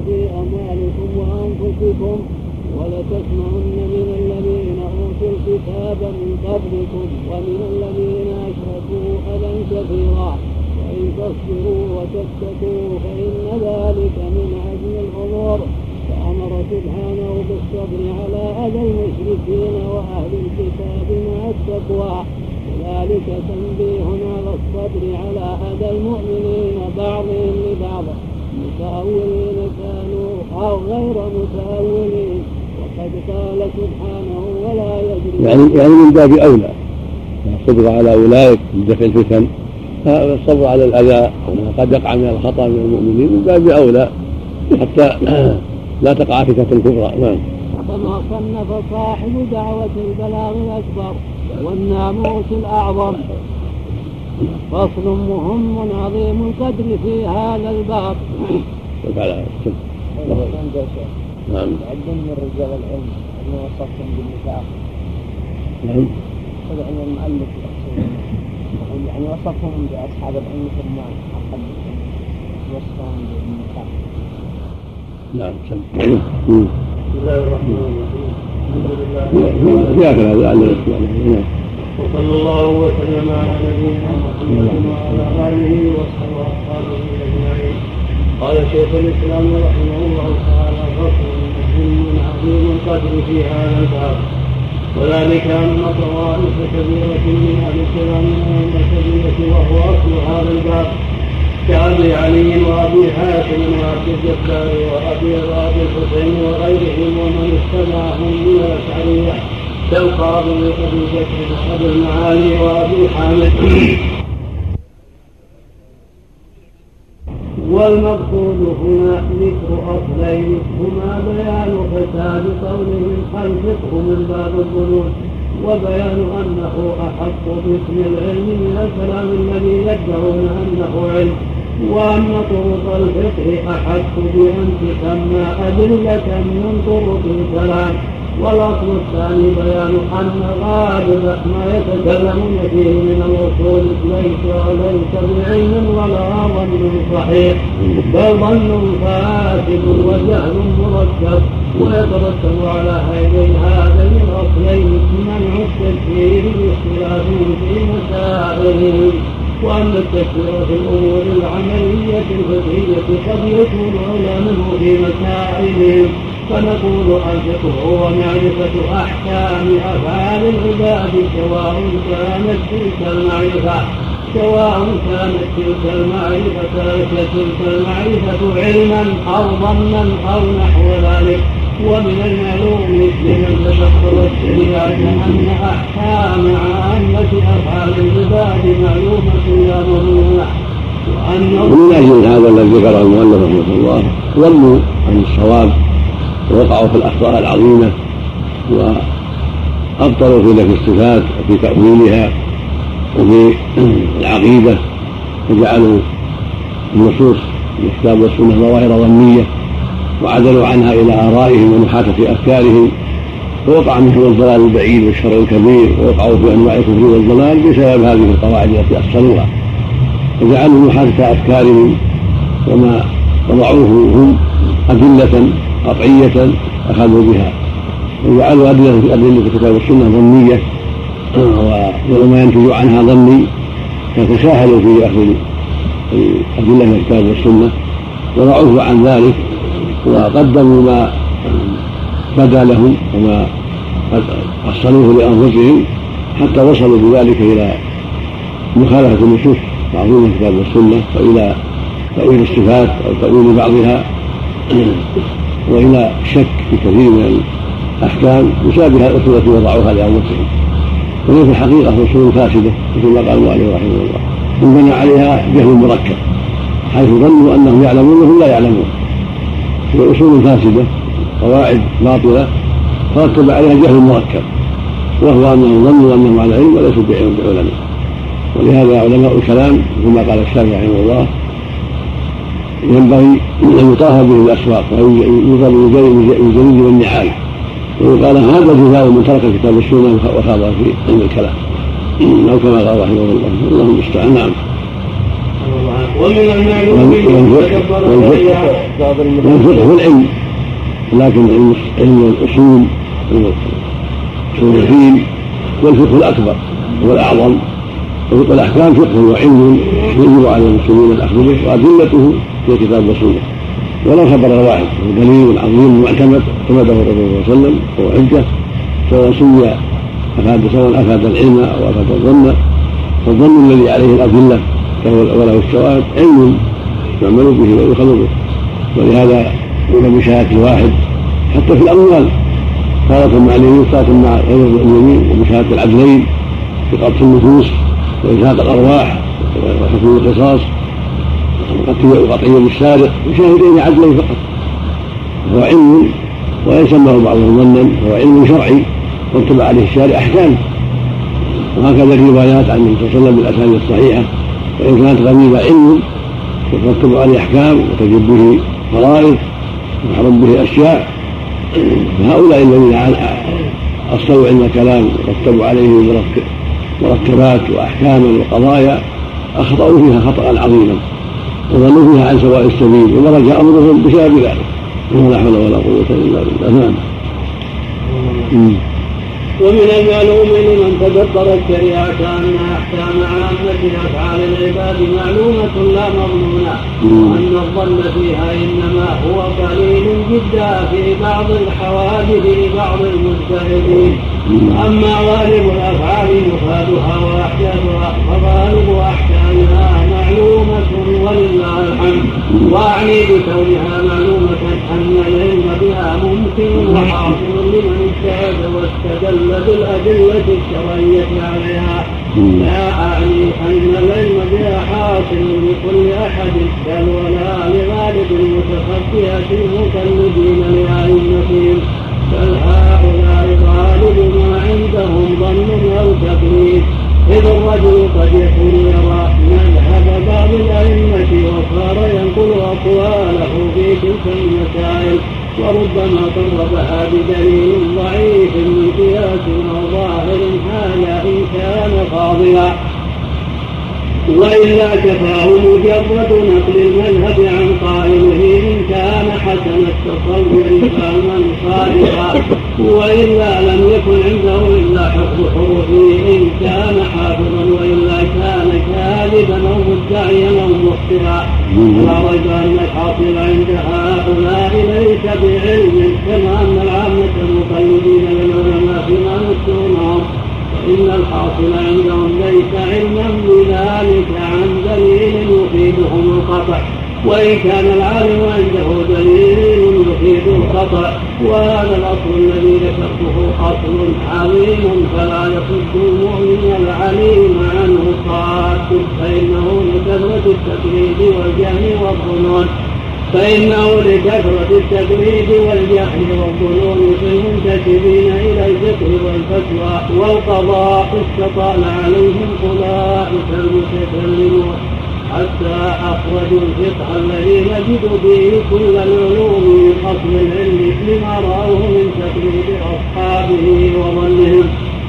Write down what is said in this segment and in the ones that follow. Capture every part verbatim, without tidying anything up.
في أموالكم وأنفسكم ولتسمعن من الذين أوتوا الكتاب من قبلكم ومن الذين أشركوا أذى كثيرا وإن تصبروا وتتقوا فإن ذلك من عزم الأمور. فأمر سبحانه بالصبر على أذى المشركين وأهل الكتاب مع التقوى، وذلك تنبيه على الصبر على أذى المؤمنين بعضهم لبعض متأولين كانوا أو غير متأولين. وقد قال سبحانه ولا يجري يعني, يعني من باب أولى الصبر على أولئك من دفع الفتن، الصبر على الأذى قد يقع من الخطأ من المؤمنين من باب أولى حتى لا تقع فتنة الكبرى. نعم. كما صنف صاحب دعوة البلاغ الأكبر والناموس الأعظم فصل مهم عظيم القدر في هذا الباب. نعم. عدم من رجال العلم أنه وصفهم بالنفاق. نعم. فلأن المؤلف يعني وصفهم بأصحاب العلم ثم أخذ وصفهم بالنفاق. نعم. بسم الله الرحمن الرحيم. الحمد لله وصلى الله وسلم على نبينا محمد وعلى آله وصحبه أجمعين. قال شيخ الإسلام رحمه الله تعالى فصل مهم عظيم القدر في هذا الباب، وذلك أن طوائف كبيرة من أهل الكلام من الكبيرة وهو أصل هذا الباب كأبي علي وأبي حاتم وأبي الجبار وأبي وأبي الحسين وغيرهم ومن اتبعهم من الأشعرية كالقاضي أبي بكر وأبي المعالي وأبي حامد. والمقصود هنا ذكر أصلين هما بيان فساد قولهم الفقه من باب الظنون، وبيان أنه أحق باسم العلم من الكلام الذي يدعون أنه علم، وأن طرق الفقه أحق بأن تسمى أدلة من طرق الكلام. والأصل الثاني بيان أن غالب ما يتكلمون فيه من الأصول ليس وليس بعلم ولا ظن صحيح، بل ظن فاسد وجهل مركب، ويترتب على هذين الأصلين منع التكفير باختلاف في مسائلهم، وأن التكفير في الأمور العملية الفقهية قد يكون أولى منه في مسائلهم. فنقول الفقه هو معرفة أحكام أفعال العباد سواء كانت تلك المعرفة سواء كانت تلك المعرفة تلك المعرفة علما أو ظنا أو نحو ذلك. ومن المعلوم من تفكر الشريعة أن أحكام عامة أفعال العباد معلومة لا ممنوعة، ومن أجل هذا الذي ذكره المؤلف رحمه الله ظنوا عن الصواب ووقعوا في الأخطاء العظيمة وأبطلوا في نفي الصفات وفي تأويلها وفي العقيدة، وجعلوا النصوص الكتاب والسنة ظواهر ظنية وعدلوا عنها إلى آرائهم ومحاكاة أفكارهم، فوقع منهم الضلال البعيد والشر الكبير، ووقعوا في أنواع الكفر والضلال بسبب هذه القواعد التي أصلوها، وجعلوا محاكاة أفكارهم وما وضعوه هم أدلة قطعية أخذوا بها، وجعلوا أدلة أدلة الكتاب والسنة ظنية وما ينتج عنها ظني، فتساهلوا في أخذ أدلة الكتاب والسنة وضعوه عن ذلك، وقدموا ما بدا لهم وما أصلوه لأنفسهم حتى وصلوا بذلك إلى مخالفة النصوص معظومة الكتاب والسنة، وإلى تأويل الصفات أو تأويل بعضها، وإلى الشك في كثير من الأحكام مشابهة الأصول التي وضعوها لأنفسهم. وهي في الحقيقة أصول فاسدة مثل ما قال المؤلف رحمه الله، انبنى عليها جهل مركب حيث ظنوا أنهم يعلمون وهم لا يعلمون، هي أصول فاسدة قواعد باطلة ترتب عليها جهل مركب، وهو أنهم ظنوا أنهم على علم وليسوا بعلماء. ولهذا علماء الكلام كما قال الشافعي رحمه الله ينبغي أن يطاف به الأسواق ويوضع بالجليد والنعال، ويقال هذا جزاء من ترك الكتاب والسنة وخاض في علم الكلام، أو كما قال رحمه الله. اللهم المستعان. نعم. ومن المعلوم والفقه هو العلم، لكن علم الأصول أصول الدين والفقه الأكبر هو الأعظم. وفقه الأحكام فقه وعلم يجب على المسلمين الأخذ به، وأدلته في كتاب والسنة، ولا خبر الواحد هو دليل عظيم معتمد اعتمده الرسول صلى الله عليه وسلم وهو حجة، سواء سمي أفاد سواء أفاد العلم أو أفاد الظن، فالظن الذي عليه الأدلة وله الشواهد علم يعمل به ويؤخذ به. ولهذا من بشهادة الواحد حتى في الأموال تارة مع اليمين تارة مع غير اليمين، وبشهادة العدلين في قتل النفوس وإزهاق الأرواح وحكم القصاص وقطعية السارق بشاهدين عدلين فقط، فهو علم ويسمى بعضهم ظنا، فهو علم شرعي واتبع عليه الشارع أحكام. وهكذا الروايات عن النبي صلى الله عليه وسلم بالأسانيد الصحيحة، وإن كانت غريبة علم يترتب عليه أحكام وتجب به فرائض ويحرم به أشياء. فهؤلاء الذين أصلوا علم الكلام ورتبوا عليه مرتبات وأحكاما وقضايا أخطأوا فيها خطأ عظيما وظنوا فيها عن سواء السبيل، ومرج أمرهم بسبب ذلك، ولا حول ولا قوة إلا بالله. ومن المعلوم لمن تدبر الشريعة أن أحكام عامة أفعال العباد معلومة لا مضمونة، وأن الظن فيها إنما هو قليل جدا في بعض الحوادث لبعض المجتهدين. أما غالب الأفعال مفادها وأحداثها فغالب أحكامها معلومة ولله الحمد. وأعني بكونها معلومة أن العلم بها ممكن وحاصل لمن اجتهد واستدل بالأدلة الشرعية عليها، لا أعني أن العلم بها حاصل لكل أحد بل ولا لغالب المتخفية المقلدين لأئمتهم، بل هؤلاء غالب ما عندهم ظن أو تقليد، إذ الرجل قد يكون يرى مذهب بعض الأئمة وصار ينقل أقواله في تلك المسائل، وربما قربها بدليل ضعيف من قياس أو ظاهر هذا إن كان فاضلا، وإلا كفاه مجرد نقل المذهب عن قائله إن كان حسن التصور فهما صادقا، وإلا لم يكن عنده إلا حفظ حروفه إن كان حافظا، وإلا كان كاذبا أو مدعيا أو مخطئا. ولا ريب أن الحاصل عند هؤلاء ليس بعلم، كما أن العامة المقلدين للعلماء فيما نذكرهم إن الحاصل عندهم ليس علما بذلك عن دليل يفيدهم القطع، وإن كان العالم عنده دليل يفيد القطع. وهذا الأصل الذي ذكرته أصل عظيم فلا يصد المؤمن العليم عنه صاد، فإنه لكثرة التقليد والجهل والظنون فإنه لكثرة التقليد والجهل والظنون في المنتسبين إلى الفقه والفتوى والقضاء استطال عليهم أولئك المتكلمون حتى أخرجوا الفقه الذي نجد به كل العلوم من أصل العلم لما رأوه من تقليد أصحابه وظنهم.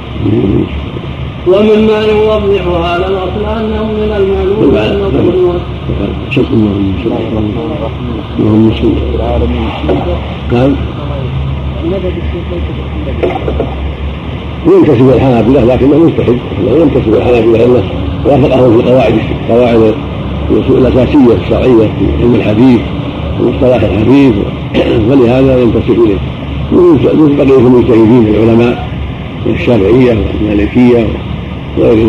ومما يوضح هذا الأصل أنه من المعلوم أن الظنون قال ينتسب الحنابلة لكنه مجتهد، ينتسب الحنابلة إلا وافقهم في قواعد قواعد الأصول الأساسية الشرعية في علم الحديث ومصطلح الحديث، فلهذا ينتسب إليه. مثل بقية المجتهدين العلماء الشافعية والمالكية وغيرهم.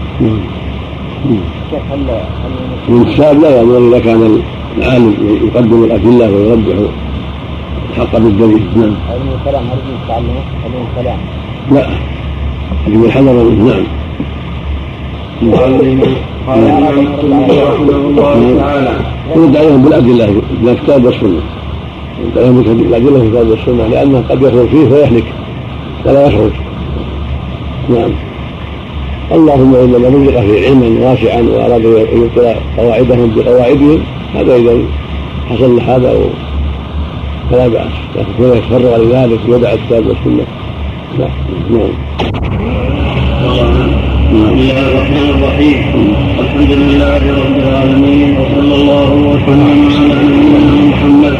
الانتساب لا يضر إذا كان العالم يقدم الأدلة ويرجح الحق بالدليل. نعم. علم الكلام هل يجوز تعلمه؟ علم الكلام لا، علم الحذر. نعم. قال رحمه الله تعالى يرد عليهم بالأدلة بالكتاب والسنة، يرد عليهم بالأدلة في الكتاب والسنة، لأنه قد يخرج فيه فيهلك ولا يخرج. نعم. اللهم إنما نزق فيه علما واسعا وأراد أن يبطل قواعدهم بقواعدهم، هذا إذا حصل هذا فلا بأس، لكن كونه يتفرغ لذلك ويدع الكتاب والسنة لا. نعم. بسم الله الرحمن الرحيم. الحمد لله رب العالمين، وصلى الله وسلم على نبينا محمد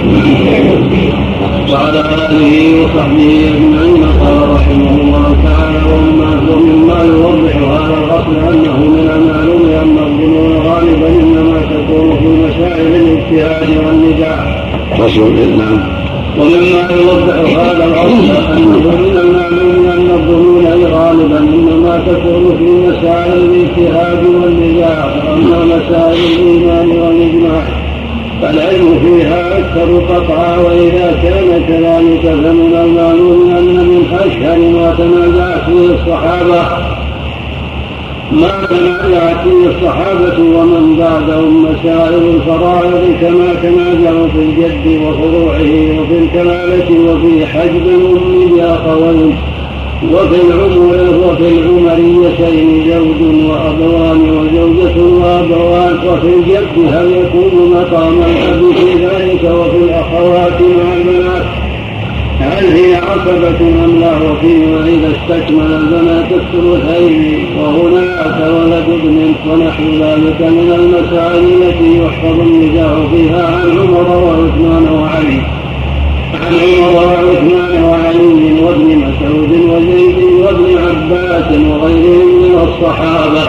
وعلى آله وصحبه أجمعين. قال رحمه الله تعالى: ومما يوضح هذا الأصل أنه من المعلوم أن الظنون غالبا إنما تكون في مسائل الاجتهاد والنزاع. نعم. ومما يوضح هذا الأصل أنه من المعلوم أن الظنون غالبا إنما تكون في مسائل الاجتهاد والنزاع، وأما مسائل الإيمان والإجماع فالعلم فيها أكثر قطعا. وإذا كان كذلك فمن المعلوم أن من أشهر ما تنازعت فيه الصحابة ما تنازعت فيه الصحابة ومن بعدهم مسائل الفرائض، كما تنازعوا في الجد وفروعه وفي الكمالة وفي حجب الأم بأخوين وفي العمر وفي العمريتين زوج وأبوان وزوجة وأبوان، وفي الجد هل يكون مقام الأب في ذلك، وفي الأخوات مع البنات هل هي عصبة أم لا، وفيما إذا استكمل البنات الثلثين وهناك ولد ابن ونحو ذلك من المسائل التي يحفظ النزاع فيها عن عمر وعثمان وعلي عن عمر وعثمان وعلي وابن مسعود وزيد وابن عباس وغيرهم من الصحابة.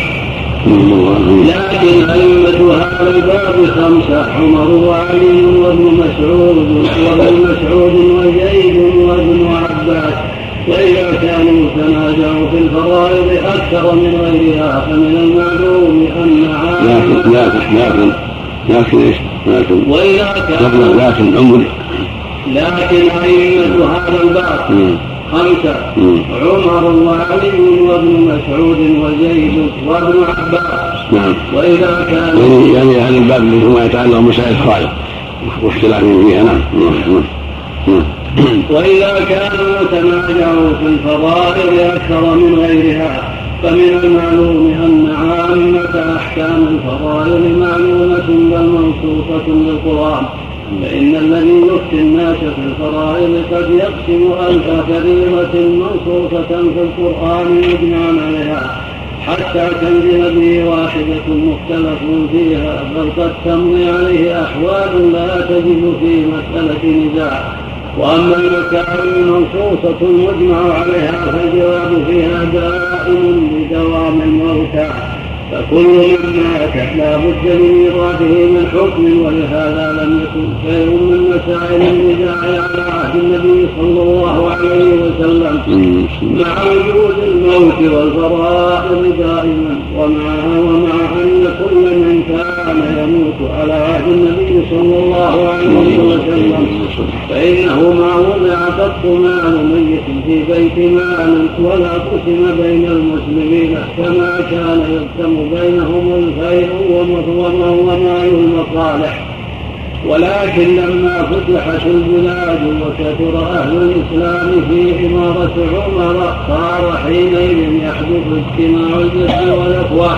لكن أئمة هذا الباب خمسة: عمر وعلي وابن مسعود وابن مسعود وزيد وابن عباس. وإذا كانوا تنازعوا في الفرائض أكثر من غيرها فمن المعلوم أن عامة لكن لكن لكن إيش لكن وإذا كانوا لكن عمر لكن أئمة هذا الباب خمسة: عمر وعلي وابن مسعود وزيد وابن عباس. نعم. وإذا كان يعني يعني هذا الباب اللي هو يتعلق مسائل الخالق واختلافهم فيها. نعم. وإذا كانوا تنازعوا في الفرائض أكثر من غيرها فمن المعلوم أن عامة أحكام الفرائض معلومة بل منصوصة بالقرآن، فإن الذي يفتي الناس في الفرائض قد يقسم ألف فريضة منصوصة في القرآن مجمعا عليها حتى تنزل به واحدة مختلف فيها، بل قد تمضي عليه أحوال لا تجد في مسألة نزاع. وأما المسائل المنصوصة المجمع عليها فالجواب فيها دائم بدوام الموتى، فكل من مات لا بد لميراثه من حكم، ولهذا لم يكن شيء من مسائل النزاع على عهد النبي صلى الله عليه وسلم مع وجود الموت والفرائض دائما، ومع ومع أن كل من كان يموت على عهد النبي صلى الله عليه وسلم فإنه ما وضع قط مال ميت في بيت مال ولا قسم بين المسلمين كما كان يقسم بينهم الخير ومال المصالح. ولكن لما فتحت البلاد وكثر أهل الإسلام في إمارة عمر صار حينئذ يحدث اجتماع الجد والأخوة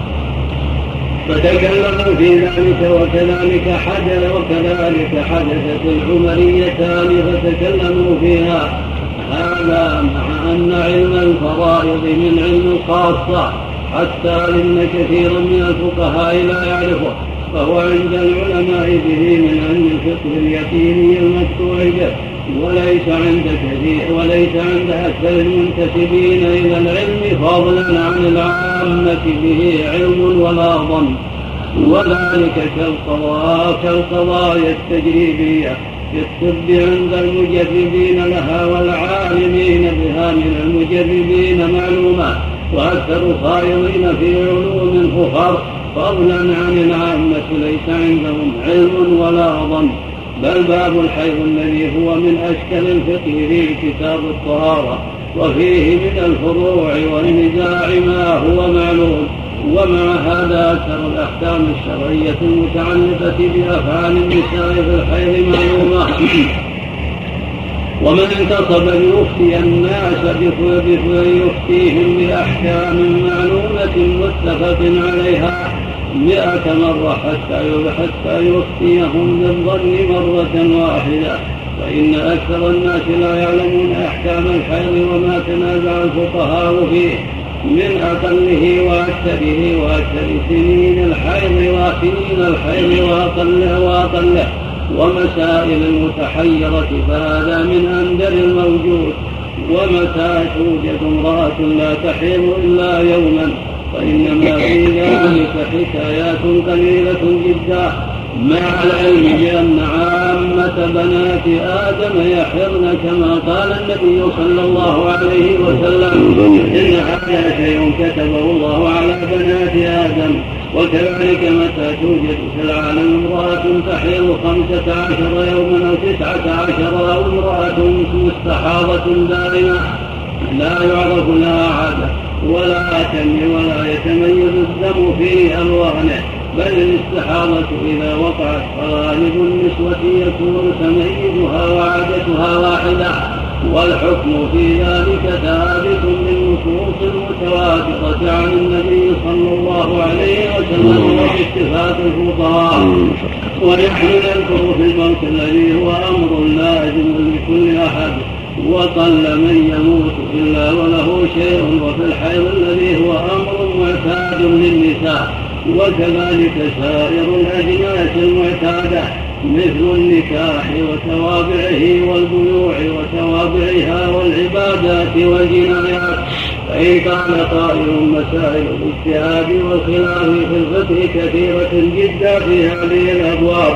فتكلموا في ذلك، وكذلك حدث وكذلك حدثت العمريتان فتكلموا فيها. هذا مع أن علم الفرائض من علم الخاصة حتى إن كثيرا من الفقهاء لا يعرفه، فهو عند العلماء به من علم الفقه اليقيني المقطوع به، وليس عند كثير وليس عند أكثر المنتسبين إلى العلم فضلا عن العامة به علم ولا ظن، وذلك كالقضايا التجريبية في الطب عند المجربين لها والعالمين بها من المجربين معلومات، وأكثر الخائضين في علوم أخر فضلا عن العامة ليس عندهم علم ولا ظن. بل باب الحيض الذي هو من أشكال الفقه في كتاب الطهارة وفيه من الفروع والنزاع ما هو معلوم. ومع هذا أكثر الأحكام الشرعية المتعلقة بأفعال النساء في الحيض معلومة. ومن انتصب ليفتي الناس يفتيهم بأحكام معلومة متفق عليها مئة مرة حتى حتى يفتيهم بالظن مرة واحدة، فإن أكثر الناس لا يعلمون أحكام الحيض وما تنازع الفقهاء فيه، من أقله وأكثره وأكثر سنين الحيض وسنين الحيض وأقله وأقله ومسائل المتحيرة، فهذا من أندر الموجود. ومتى توجد امرأة لا تحيض إلا يوما فإنما في ذلك حكايات قليلة جدا، مع العلم بأن عامة بنات آدم يحرن كما قال النبي صلى الله عليه وسلم: إن هذا شيء كتبه الله على بنات آدم. وكذلك متى توجد في العالم امرأة تحيض خمسة عشر يوما أو تسعة عشر أو امرأة مستحاضة دائمة لا يعرف لها عادة ولا تنمي ولا يتميز الدم في ألوانه، بل الاستحاضة إذا وقعت فغالب النسوة يكون تميزها وعادتها واحدة، والحكم في ذلك ثابت بالنصوص المتواترة عن النبي صلى الله عليه وسلم وباتفاق الفقهاء. ونحن نذكر في الموت الذي هو أمر لازم لكل أحد، وقل من يموت إلا وله شيء، وفي الحيض الذي هو أمر معتاد للنساء، وكذلك سائر الأجناس المعتادة مثل النكاح وتوابعه والبيوع وتوابعها والعبادات والجنايات. فإن كان قائل مسائل الاجتهاد والخلاف في الفقه كثيرة جدا في هذه الأبواب،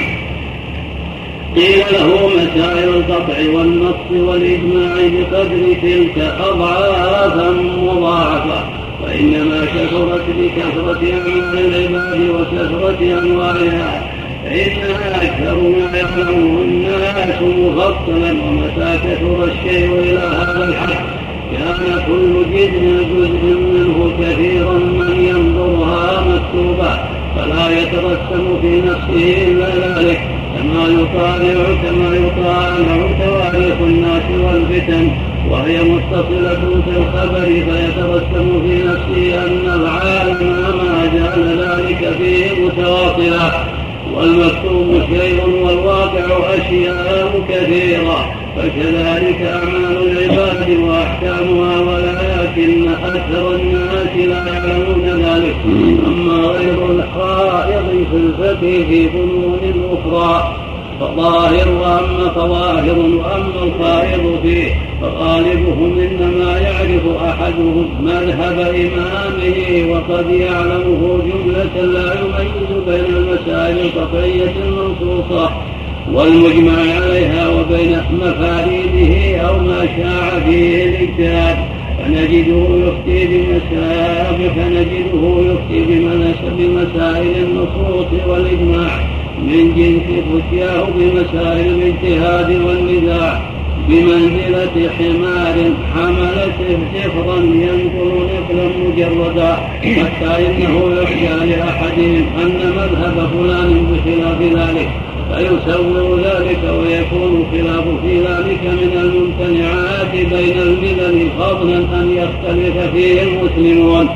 قيل له مسائل القطع والنص والإجماع بقدر تلك أضعافا مضاعفة، وإنما كثرت بكثرة أعمال العباد وكثرة أنواعها، فإنها أكثر ما يعلمه الناس مفصلا. ومتى كثر الشيء إلى هذا الحد كان كل جزء جزء منه كثيرا من ينظرها مكتوبة، فلا يترسم في نفسه إلا ذلك، كما يطالع كما يطالع تواريخ الناس والفتن وهي متصلة بالخبر، فيترسم في نفسه أن العالم ما زال ذلك فيه متواصلا، والمكتوب شيء والواقع أشياء كثيرة. فكذلك أعمال العباد وأحكامها، ولكن أكثر الناس لا يعلمون ذلك. أما غير الحائض في الفقه في فنون أخرى فظاهر وأما فظاهر وأما الحائض فيه فغالبهم إنما يعرف أحدهم مذهب إمامه وقد يعلمه جملة لا يميز بين المسائل القطعية المنصوصة والمجمع عليها وبين مفاريده أو ما شاع فيه الاجتهاد، فنجده يفتي بمسائل فنجده يفتي بمسائل النصوص والإجماع من جنس فتياه بمسائل الاجتهاد والنزاع، بمنزلة حمار حملت سفرا ينقل نقلا مجردا، حتى إنه يخشى لأحدهم أن مذهب فلان بخلاف ذلك فيسوغ ذلك، ويكون خلاف في ذلك من الممتنعات بين الملل، فضلا أن يختلف فيه المسلمون.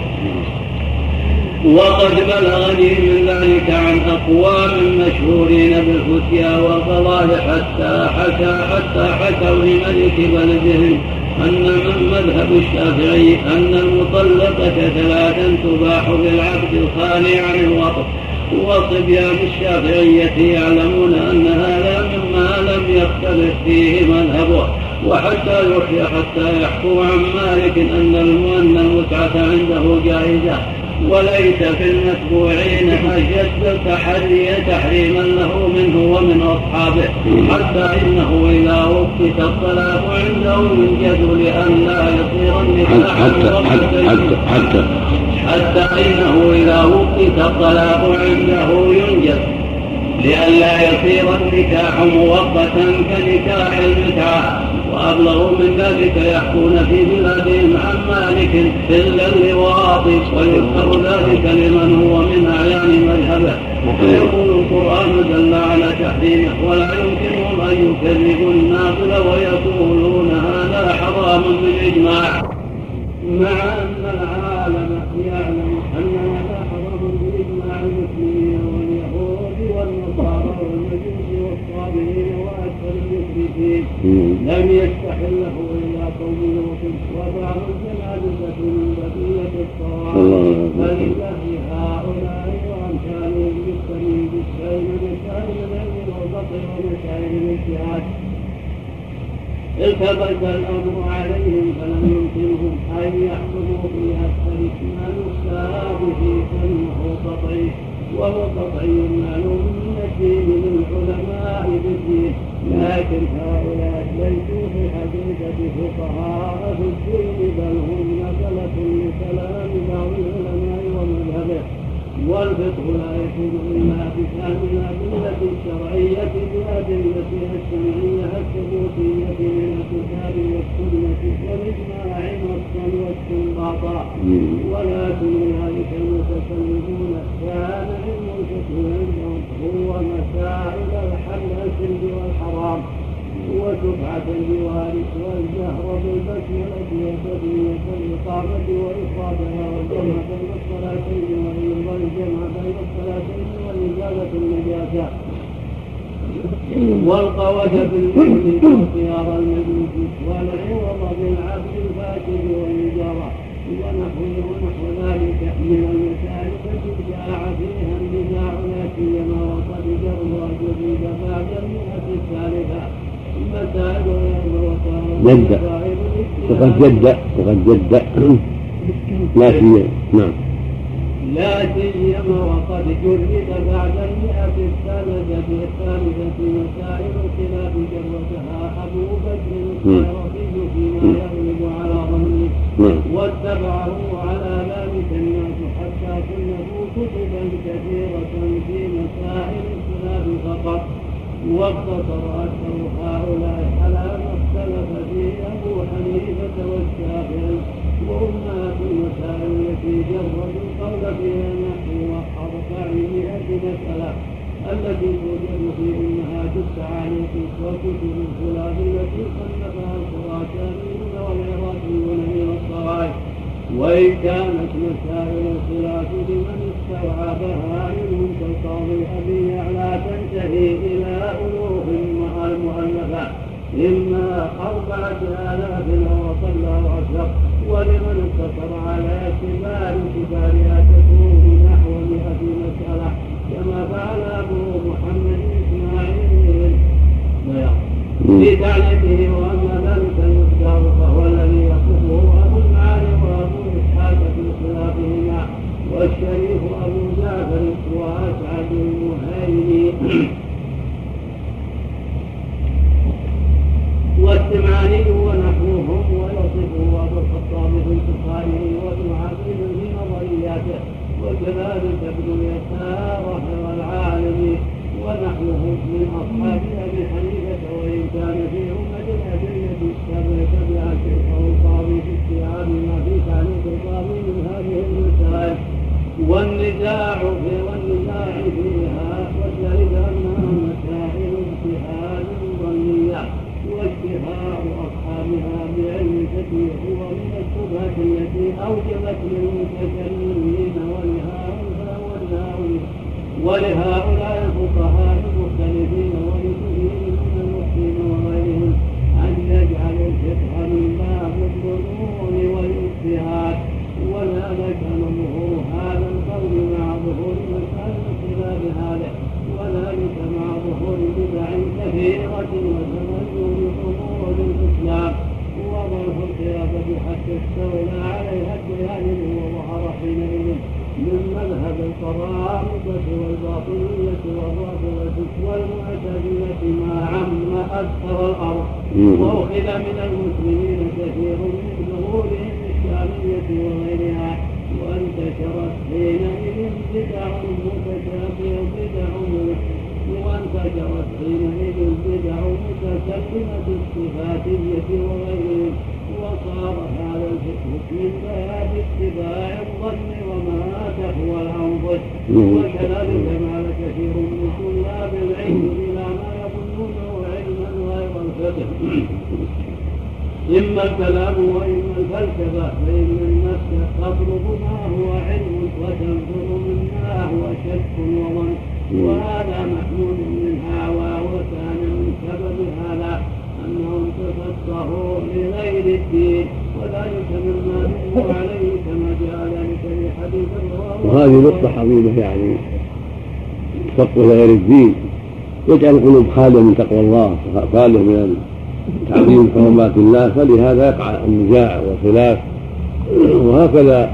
وقد بلغني من ذلك عن أقوام مشهورين بالفتيا والقضاء حتى حكى حتى حكوا لملك بلدهم أن من مذهب الشافعي أن المطلقة ثلاثا تباح بالعبد الخالي عن الوطن، وصبيان الشافعية يعلمون أن هذا مما لم يختلف فيه مذهبه، وحتى يحيى حتى يحكوا عن مالك أن المتعة عنده جائزة، وليس في المتبوعين أشد تحري تحريما له منه ومن أصحابه، حتى إنه إذا وقت الطلاق عنده ينجد لأن لا يصير النكاح حتى حتى حتى, حتى حتى إنه إذا وقت الطلاق عنده ينجد لئلا يصير النكاح مؤقتا كنكاح المتعة. وأبلغوا من ذلك يحكون في بلادهم عن مالك إلا اللواط، ويذكر ذلك لمن هو من أعيان مذهبه، ويقول القرآن دل على تحريمه، ولا يمكنهم أن يكذبوا الناقل ويقولون هذا حرام بالإجماع، مع أن العالم يعلم أن هذا حرام بالإجماع المسلمين واليهود والنصارى والمجوس والصابئين وأكثر المشركين. لم يستحله إلا قوم لوط وبعض الجنازة من بقية الطواف فلله هؤلاء وأمثالهم بالسبيل بالسيل مسائل العلم والبصر ومسائل الاجتهاد التبس الأمر عليهم فلم يمكنهم أن يحكموا في أكثر ما يفتى به فإنه قطعي وهو قطعي معلوم من الدين للعلماء بالدين لكن هؤلاء ليسوا في حقيقة فقهاء في الدين بل هم نقلة لكلام بعض العلماء ومذهبه والفقه لا يكون إلا بفهم الأدلة الشرعية بأدلتها السمعية الثبوتية من الكتاب والسنة والإجماع نصا واستنباطا ولكن ذلك المتكلمون كان علم الفقه عندهم هو مسائل الحل والحرام وشبعة الجوار والجهر بالبسملة وتبنية الإقامة وإفرادها والجمع بين الصلاتين والجمع بين الصلاتين وإزالة النجاسة والقوة بالمجلس واختيار المجلس والعوض بالعبد الفاسد والإجارة ونحو ونحو ذلك من المسائل التي شاع فيها النزاع لا سيما وقد جر وجديد بعد المئة الثالثة جد وقد جد وقد جد لا سيما نعم لا سيما وقد جرد بعد المئة الثالثة الثالثة مسائل الخلاف جرتها أبو بكر الخيرفي فيما يغلب على ظنه واتبعه على ذلك الناس حتى كله كتبا كثيرة في مسائل الخلاف فقط واقتصر أكثر هؤلاء على ما اختلف فيه أبو حنيفة والشافعي وأمهات المسائل التي جرد القول فيها نحو أربعمائة مسألة التي توجد في أمهات التعاليق وكتب الخلاف التي صنفها الخراسانيون والعراقيون من الصغائر وإن كانت مسائل الخلاف لمن استوعبها منهم كالقاضي أبي يعلى تنتهي إلى ألوف المؤلفة إما أربعة آلاف أو أقل أو أكثر ولمن اقتصر على كبار كبارها تكون نحو مئة مسألة كما فعل أبو محمد إسماعيل في تعليمه وأن ذلك المختار فهو الذي يصفه أبو المعالي وأبو إسحاق في خلافهما والشريف أبو جعفر وأسعد المهيمي والسمعاني ونحوهم ويصفه أبو الخطاب في انتقائه وابن عقيل في نظرياته وكذلك ابن يسار والعالمي ونحوهم من أصحاب أبي حنيفة وإن كان فيهم أجل أدلة السبع تبع شيخه القاضي في استيعاب ما في تعليق القاضي من هذه المسائل والنزاع في والنزاع فيها وذلك أنها مسائل اجتهاد ظنية واجتهاد أصحابها بعلم كثير هو من الشبهات التي أوجبت للمتكلمين ولهؤلاء الفقهاء المختلفين ولكثير من المسلمين وغيرهم أن يجعلوا الفقه من باب الظنون والاجتهاد وذلك ظهور هذا القول مع ظهور مسائل خلاف هذا وذلك مع ظهور بدع كثيرة وتميز أمور الإسلام وضعف الخلافة حتى استولى عليها الجاهل وظهر حينئذ من مذهب القرامطة والباطنية والرافضة والمعتزلة ما عم أكثر الأرض وأخذ من المسلمين كثير من ظهورهم الشامية وغيرها وانتشرت حينئذ بدع متشابهة بدع وانتشرت حينئذ بدع متكلمة الصفاتية وغيرهم وصار هذا الفقه من باب اتباع الظن وما تهوى الأنفس وكذلك مال كثير من طلاب العلم إلى ما يظنونه علما غير الفقه إما الكلام وإما الفلسفة فإن النفس تطلب ما هو علم وتنفر مما هو شك وظن وهذا محمود منها وكان من سبب هذا أنهم تفقهوا لغير الدين وذلك مما يجب عليه كما جاء ذلك في حديث الله. وهذه نقطة عظيمة يعني تفقه غير الدين يجعل القلوب خالية من تقوى الله خالية من تعظيم حرمات الله، فلهذا يقع النزاع والخلاف. وهكذا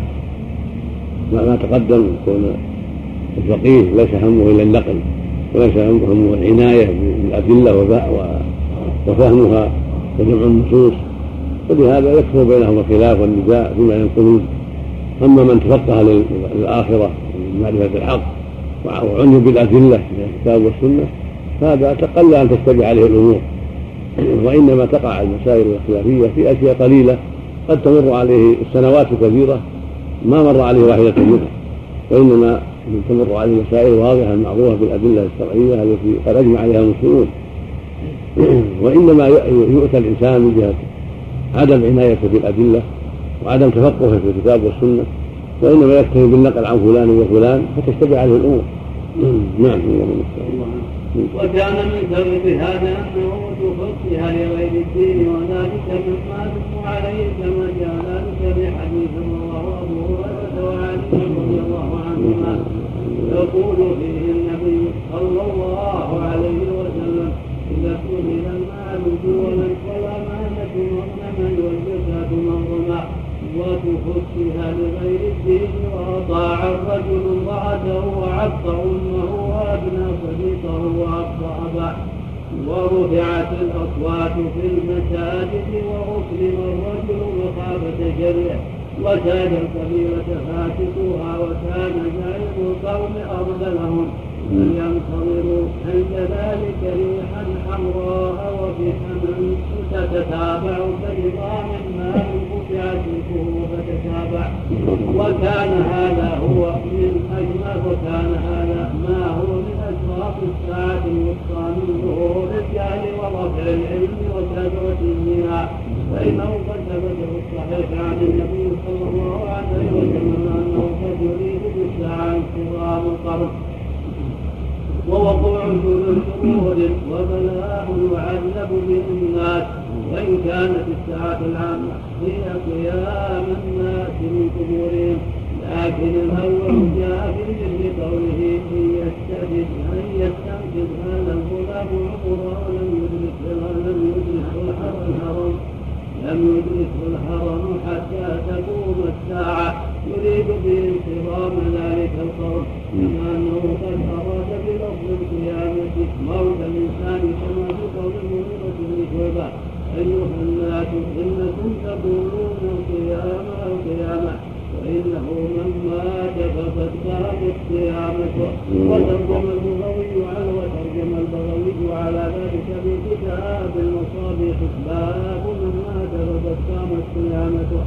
ما تقدم يكون الفقيه ليس همه إلا النقل وليس همه العناية بالأدلة وفهمها وجمع النصوص، فلهذا يكثر بينهم الخلاف والنزاع فيما ينقلون. أما من تفقه للآخرة معرفة الحق وعني بالأدلة من الكتاب والسنة فهذا تقل أن تتبع عليه الأمور، وإنما تقع المسائل الخلافية في أشياء قليلة قد تمر عليه السنوات كثيرة ما مر عليه واحدة منها، وإنما تمر عليه مسائل واضحة معروفة بالأدلة الشرعية التي قد أجمع عليها المسلمون. وإنما يؤتى الإنسان من جهة عدم عنايته بالأدلة وعدم تفقهه في الكتاب والسنة، وإنما يكتفي بالنقل عن فلان وفلان فتشتبه عليه الأمور. نعم. وكان من سبب هذا أنه تفقه لغير الدين، وذلك مما يجب عليه كما جاء ذلك بحديث رواه أبو هريرة وعلي رضي الله عنهما يقول فيه النبي صلى الله عليه وسلم: إذا سئل المال دولا والأمانة مغنما والزكاة مغرما وتفقها لغير الدين، وأطاع الرجل امرأته وعق أمه وأبنى صديقه وأبطأ أباه، ورفعت الأصوات في المساجد وأسلم الرجل مخافة شره، وكان القبيلة فاسقوها، وكان زعيم القوم أرذلهم، فلينتظروا عند ذلك ريحا حمراء وفتنا تتتابع كنظام ما قطعت الكهوف فتتابع. وكان هذا هو من أجمل وكان هذا ما هو من أشراط الساعة الوسطى من ظهور الجهل ورفع العلم وكثرة الزنا، فإنه قد ثبت في الصحيح عن النبي صلى الله عليه وسلم أنه قد يريد بالساعة انتظام القرن ووقوع شرور وبلاء يعذب به الناس، وإن كانت الساعة العامة هي قيام الناس من قبورهم، لكن الأول جاء في مثل قوله: إن يستجد أن يستنقذ هذا الغلام عمره لم يدركه لم يدركه الحرم لم يدركه الحرم حتى تقوم الساعة، يريد بانتظام ذلك القول، كما أنه قد أراد بلفظ القيامة موت الإنسان كما في قول المغيرة بن شعبة: أيها الناس إنكم تقولون القيامة القيامة وإنه من مات فقد قامت قيامته. وترجم البغوي على وترجم البغوي على ذلك بكتاب المصابيح: باب من مات فقد قامت قيامته.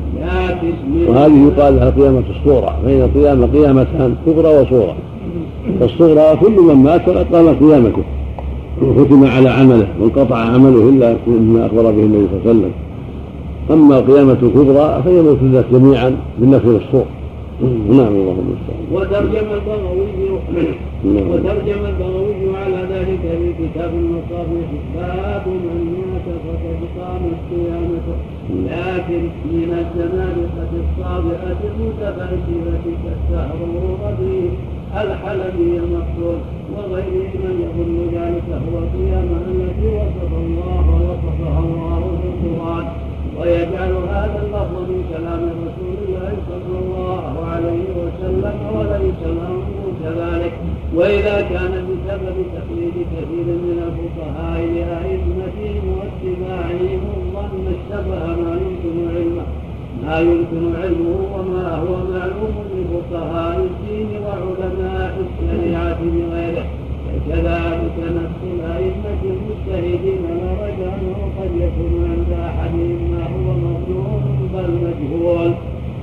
وهذه يقال لها قيامة الصورة، فإن القيامة قيامتان كبرى وصورة. فالصغرى كل من مات فقد قامت قيامته وختم على عمله وانقطع عمله إلا مما أخبر به النبي صلى الله عليه وسلم. أما القيامة الكبرى فهي موجودة جميعا بالنفي والصور. نعم. اللهم المستعان. وترجم البغوي وترجم البغوي على ذلك في كتاب المصابيح: باب من مات فقد قامت قيامته. لكن من الزنادقة الصابئة المتفجرة كالسهر الرضي الحلبي المقتول وغيره من يظن ذلك هو القيامة التي وصف الله ووصفها الله في القرآن، ويجعل هذا اللفظ من كلام رسول الله صلى الله عليه وسلم وليس الأمر كذلك. وإذا كان بسبب تقليد كثير من الفقهاء لأئمتهم واتباعهم الظن اشتبه ما يمكن علمه ما يمكن علمه وما هو معلوم لفقهاء الدين وعلماء الشريعة بغيره، فكذلك نفس الأئمة المجتهدين نرج أنه قد يكون عند أحدهم ما هو مظنون بل مجهول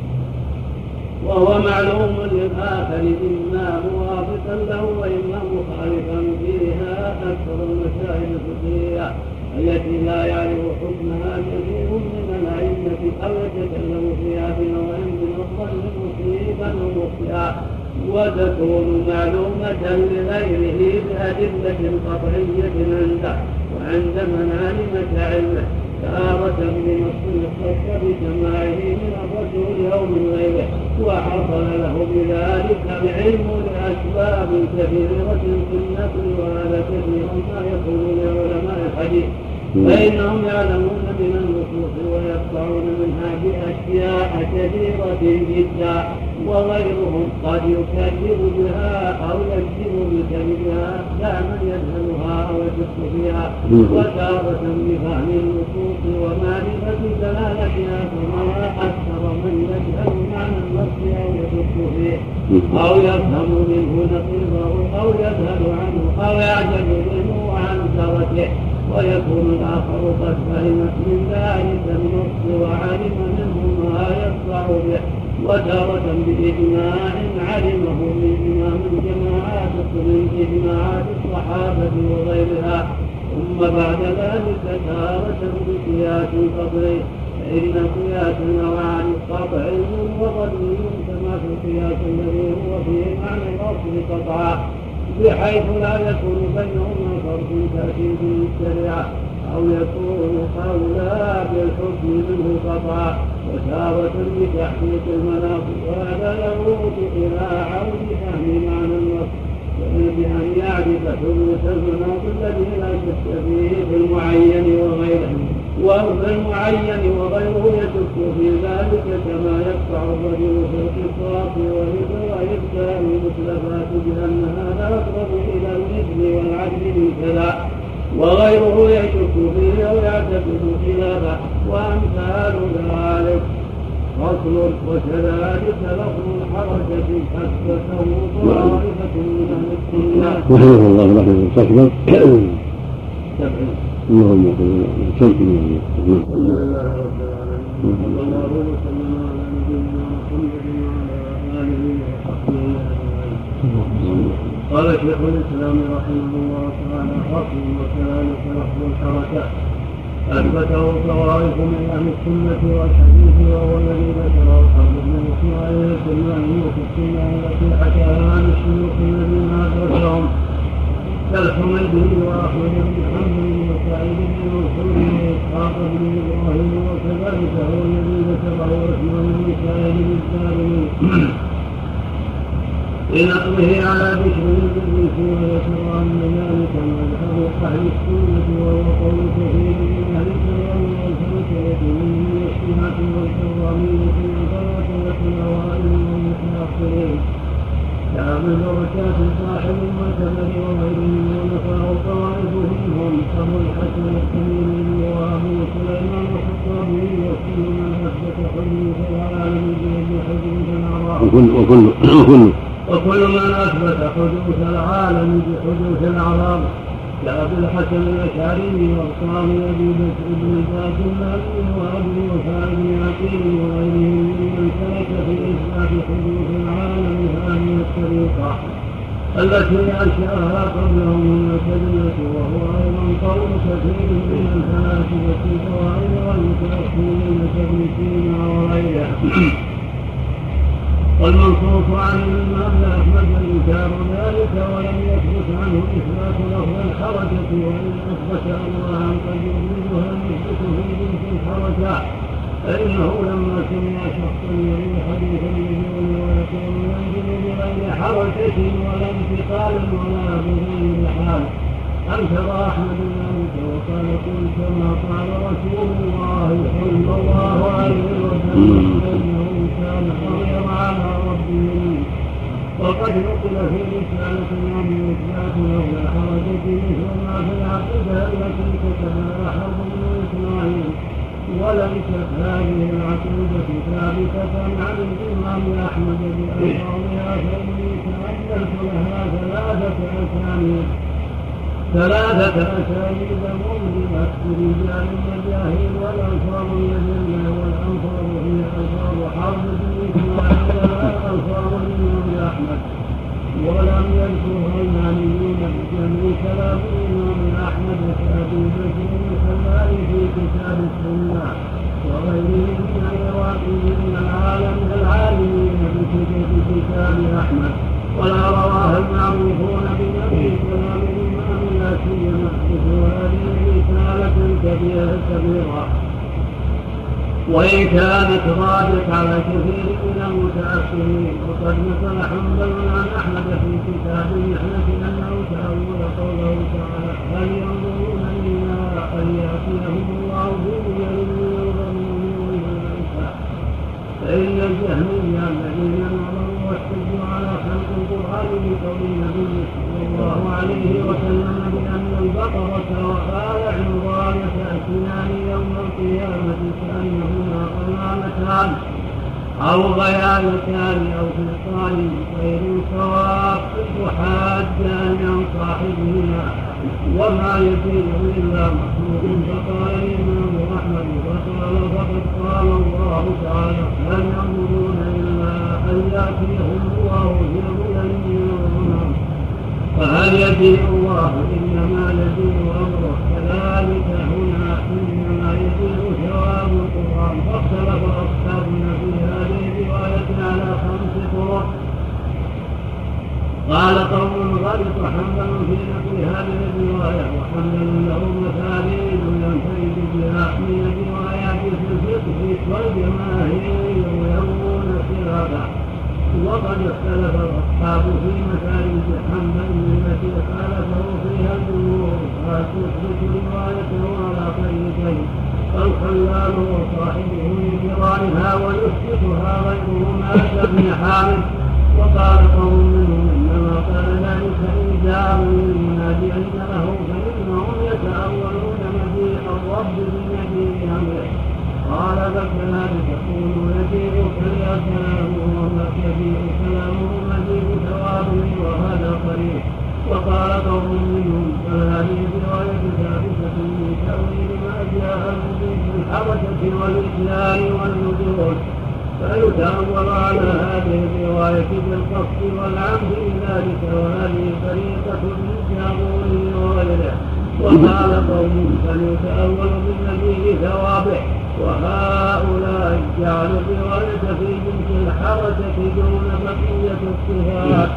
وهو معلوم للآخر، إما موافقا له وإما مخالفا فيها أكثر المسائل الفقهية التي لا يعرف حكمها كثير من الأئمة أو يتكلم فيها بنوع من الظن مصيبا ومخطئا، وتكون معلومة لغيره بأدلة قطعية عنده وعند من علم كعلمه، تارة بنص اختص بسماعه من الرسول أو من غيره، وحصل له بذلك العلم لأسباب كثيرة في النقل، وهذا كثير ما يكون لعلماء الحديث، فإنهم يعلمون من النصوص ويقطعون منها بأشياء كثيرة جدا، وغيرهم قد يكذب بها أو يكذب بكذبها كمن يجهلها أو يشك فيها، وتارة بفهم النصوص ومعرفة دلالتها، فما أكثر من يجهل معنى النص أو يشك فيه أو يفهم منه نقيضه أو يذهل عنه أو يعجب منه عن تركه، ويكون الآخر قد فهم من ذلك النص وعلم منه ما يصلح به، وتارة بإجماع علمه من إمام جماعات من إجماعات الصحابة وغيرها، ثم بعد ذلك تارة بقياس فضلي، فإن قياس نوعان قطع وفضلي، كما في القياس الذي هو فيه معنى الأصل قطعا، بحيث لا يكون بينهما فرق تأتي به الشريعة، أو يكون قولا بالحكم منه قطعا، وتارة بتحقيق المناط، وهذا يعود إلى عود فهم معنى النص، بأن يعرف ثبوت المناط الذي لا شك فيه في المعين وغيره، وفي المعين وغيره يشك في ذلك، كما يقطع الرجل في القصاص ويبدأ المتلفات بأن هذا أقرب إلى الإثم والعدل من كذا، وغيره يشك فيه أو يعتقد خلافه، وأمثال ذلك. فصل. وكذلك لفظ الحركة حسبته طائفة من أهل السنة. رحمه الله رحمه فصل. اللهم صل على سيدنا محمد. الحمد لله رب العالمين، صلى الله وسلم على نبينا محمد وعلى آله وصحبه أجمعين. قال شيخ الإسلام رحمه الله تعالى: فصل. وكذلك لفظ الحركة أثبته طوائف من أهل السنة والحديث، وهو الذي ذكره الحرب بن إسماعيل السلماني في السنة التي حكاها عن الشيوخ الذين أدركهم كالحميدي وأحمد بن حنبل وسعيد بن منصور وإسحاق بن إبراهيم، وكذلك هو الذي ذكره عثمان بن سعيد الدارمي بنقله على بشر الإدريس، ويذكر أن ذلك مذهب أهل السنة، وهو قول كثير من أهل الكلام والفلسفة منهم الشيعة والكرامية والباطلة الأوائل والمتأخرين، كابن دركات صاحب المعتبر وغيرهم، ونفاه طوائفهم هم أبو الحسن التميمي وأبو سليمان الخطابي، وكل من أثبت حدوث العالم بأن حدوث الأعراف وكل وكل من أثبت حدوث العالم بحدوث الأعراف كأبي الحسن الأشعري والقاضي أبي بكر بن الباز المالكي وأبي وفاء بن عقيل وغيرهم ممن سلك في إثبات حدوث العالم هذه الطريقة التي أنشأها قبلهم المعتزلة، وهو أيضا قول كثير من الفلاسفة الفوائد والمتأخرين كابن سينا وغيره. والمنصوص عن الإمام أحمد إنكار ذلك، ولم يثبت عنه إثبات لفظ الحركة، وإن أثبت أنواعا قد يوجدها يثبت في جنس الحركة، فإنه لما سمع شخصا يروي حديث النزول ويكون ينزل بغير حركة ولا انتقال ولا بغير حال، أنكر أحمد ذلك وقال: قل كما قال رسول الله صلى الله عليه وسلم إنه كان حريصا على ربه. وقد نقل في رسالة عن إثبات لفظ الحركة مثل ما في العقيدة التي كتبها حرب بن إسماعيل، وليست هذه العقيدة ثابتة عن الإمام أحمد بألفاظها، فإني تأملت لها ثلاثة أسانيد ثلاثة أسانيد مؤلمة برجال المجاهيل، والألفاظ الذين والألفاظ هي ألفاظ حرب بن إسماعيل لا ألفاظ الإمام أحمد، ولم يذكرها المعنيون بجمع كلام الإمام أحمد كأبي بكر الخلال في كتاب السنة وغيره من الواقعين العالم العالمين بكتب كتاب أحمد، ولا رواه المعروفون بنفي كلام الإمام لا سيما هذه رسالة كبيرة كبيرة وإن كانت راجت على كثير من المتأخرين. وقد نقل حنبل عن أحمد في كتاب المحنة أنه تأول قوله تعالى هل ينظرون إلا أن يأتيهم الله بظلل من الغموم والملائكة. فإن الجهمية الذين نظروا واحتجوا على خلق القرآن بقول النبي صلى الله عليه وسلم بأن البقرة وآل عمران تأتيان يوم القيامة كأنهما قمامتان أو غيالتان أو فرقان غير سواء تحاجان عن صاحبهما وما يزيد إلا مخلوق. فقال الإمام أحمد وقال فقد قال الله تعالى هل ينظرون إلا أن يأتيهم الله بظلل من الغمام. فهل يدين الله إنما يدين أمره. كذلك هنا إنما يدين ثواب القرآن. فاختلف أصحابنا في هذه الرواية على خمس طرق. قال قوم غلط حنبل في نقل هذه الرواية وحنبل له مثاليد ينفرد بها من الروايات في الفقه والجماهير يروون خلافه. وقد اختلف الأصحاب في مسالك حنبل التي خالفه فيها الجمهور فهل تثبت روايته على طريقين فالخلال وصاحبه لجرائها ويثبتها غيرهما كابن حامد. وقال قوم منهم إنما قال ذلك إيجاب للمنادي عند له فإنهم يتأولون مجيء الرب بمجيء أمره. قال فكذلك تقول يجيء كلامه وما يجيء كلامه مجيء ثوابه وهذا قريب. وقال قوم منهم فهذه الرواية ثابتة من تأويل ما جاء في الحركة والإتيان والنزول. فيتأول على هذه الرواية بالقصد والعمد لذلك وهذه طريقة للجابوري وغيره. وقال قوم فليتأول بمجيء ثوابه. وهؤلاء جعلوا الرواية في جنس الحركة دون بقية الصفات.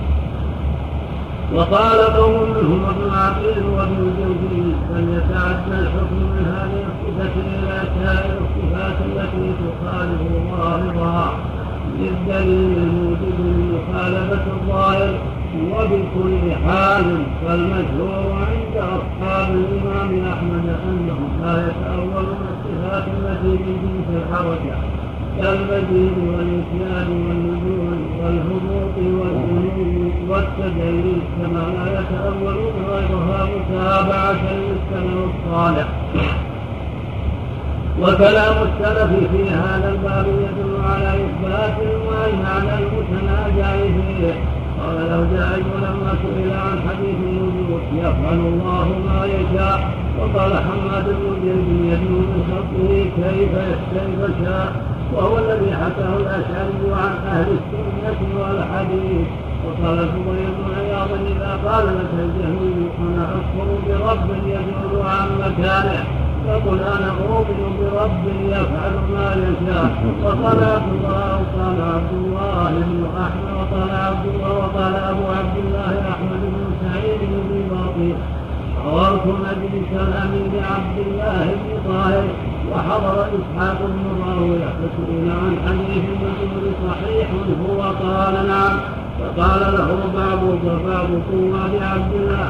وقال قوم منهم ابن عقيل وابن الجوزي فليتعدى الحكم من هذه الصفة إلى سائر الصفات التي تخالف ظاهرها للدليل الموجب لمخالفة الظاهر. وبكل حال فالمشهور عند أصحاب الإمام أحمد أنهم لا يتأولون الصفات التي من جنس الحركة كالمجيء والإتيان والنزول والهبوط والجنون والتجلي كما لا يتأولون غيرها متابعة للسلف الصالح. وكلام السلف في هذا الباب يدل على إثبات المعنى المتنازع فيه. قال لو جاء لما سئل عن حديث الوجود يفعل الله ما يشاء. وقال حماد بن جلد يدنو من خلقه كيف كيف شاء وهو الذي حكاه الأشعري عن أهل السنة والحديث. وقال الفضيل بن عياض إذا قال لك الجهمي أنا أكفر برب يدل عن مكانه فقل أنا أؤمن برب يفعل ما يشاء. وقال عبد الله وقال عبد الله بن أحمد وقال عبد الله وقال أبو عبد الله أحمد بن سعيد بن باطل حضرت مجلس الأمين عبد الله بن طاهر وحضر إسحاق بن راوية فسئل عن حديث الرجل صحيح هو قال نعم. فقال له بعض بعض طوال عبد الله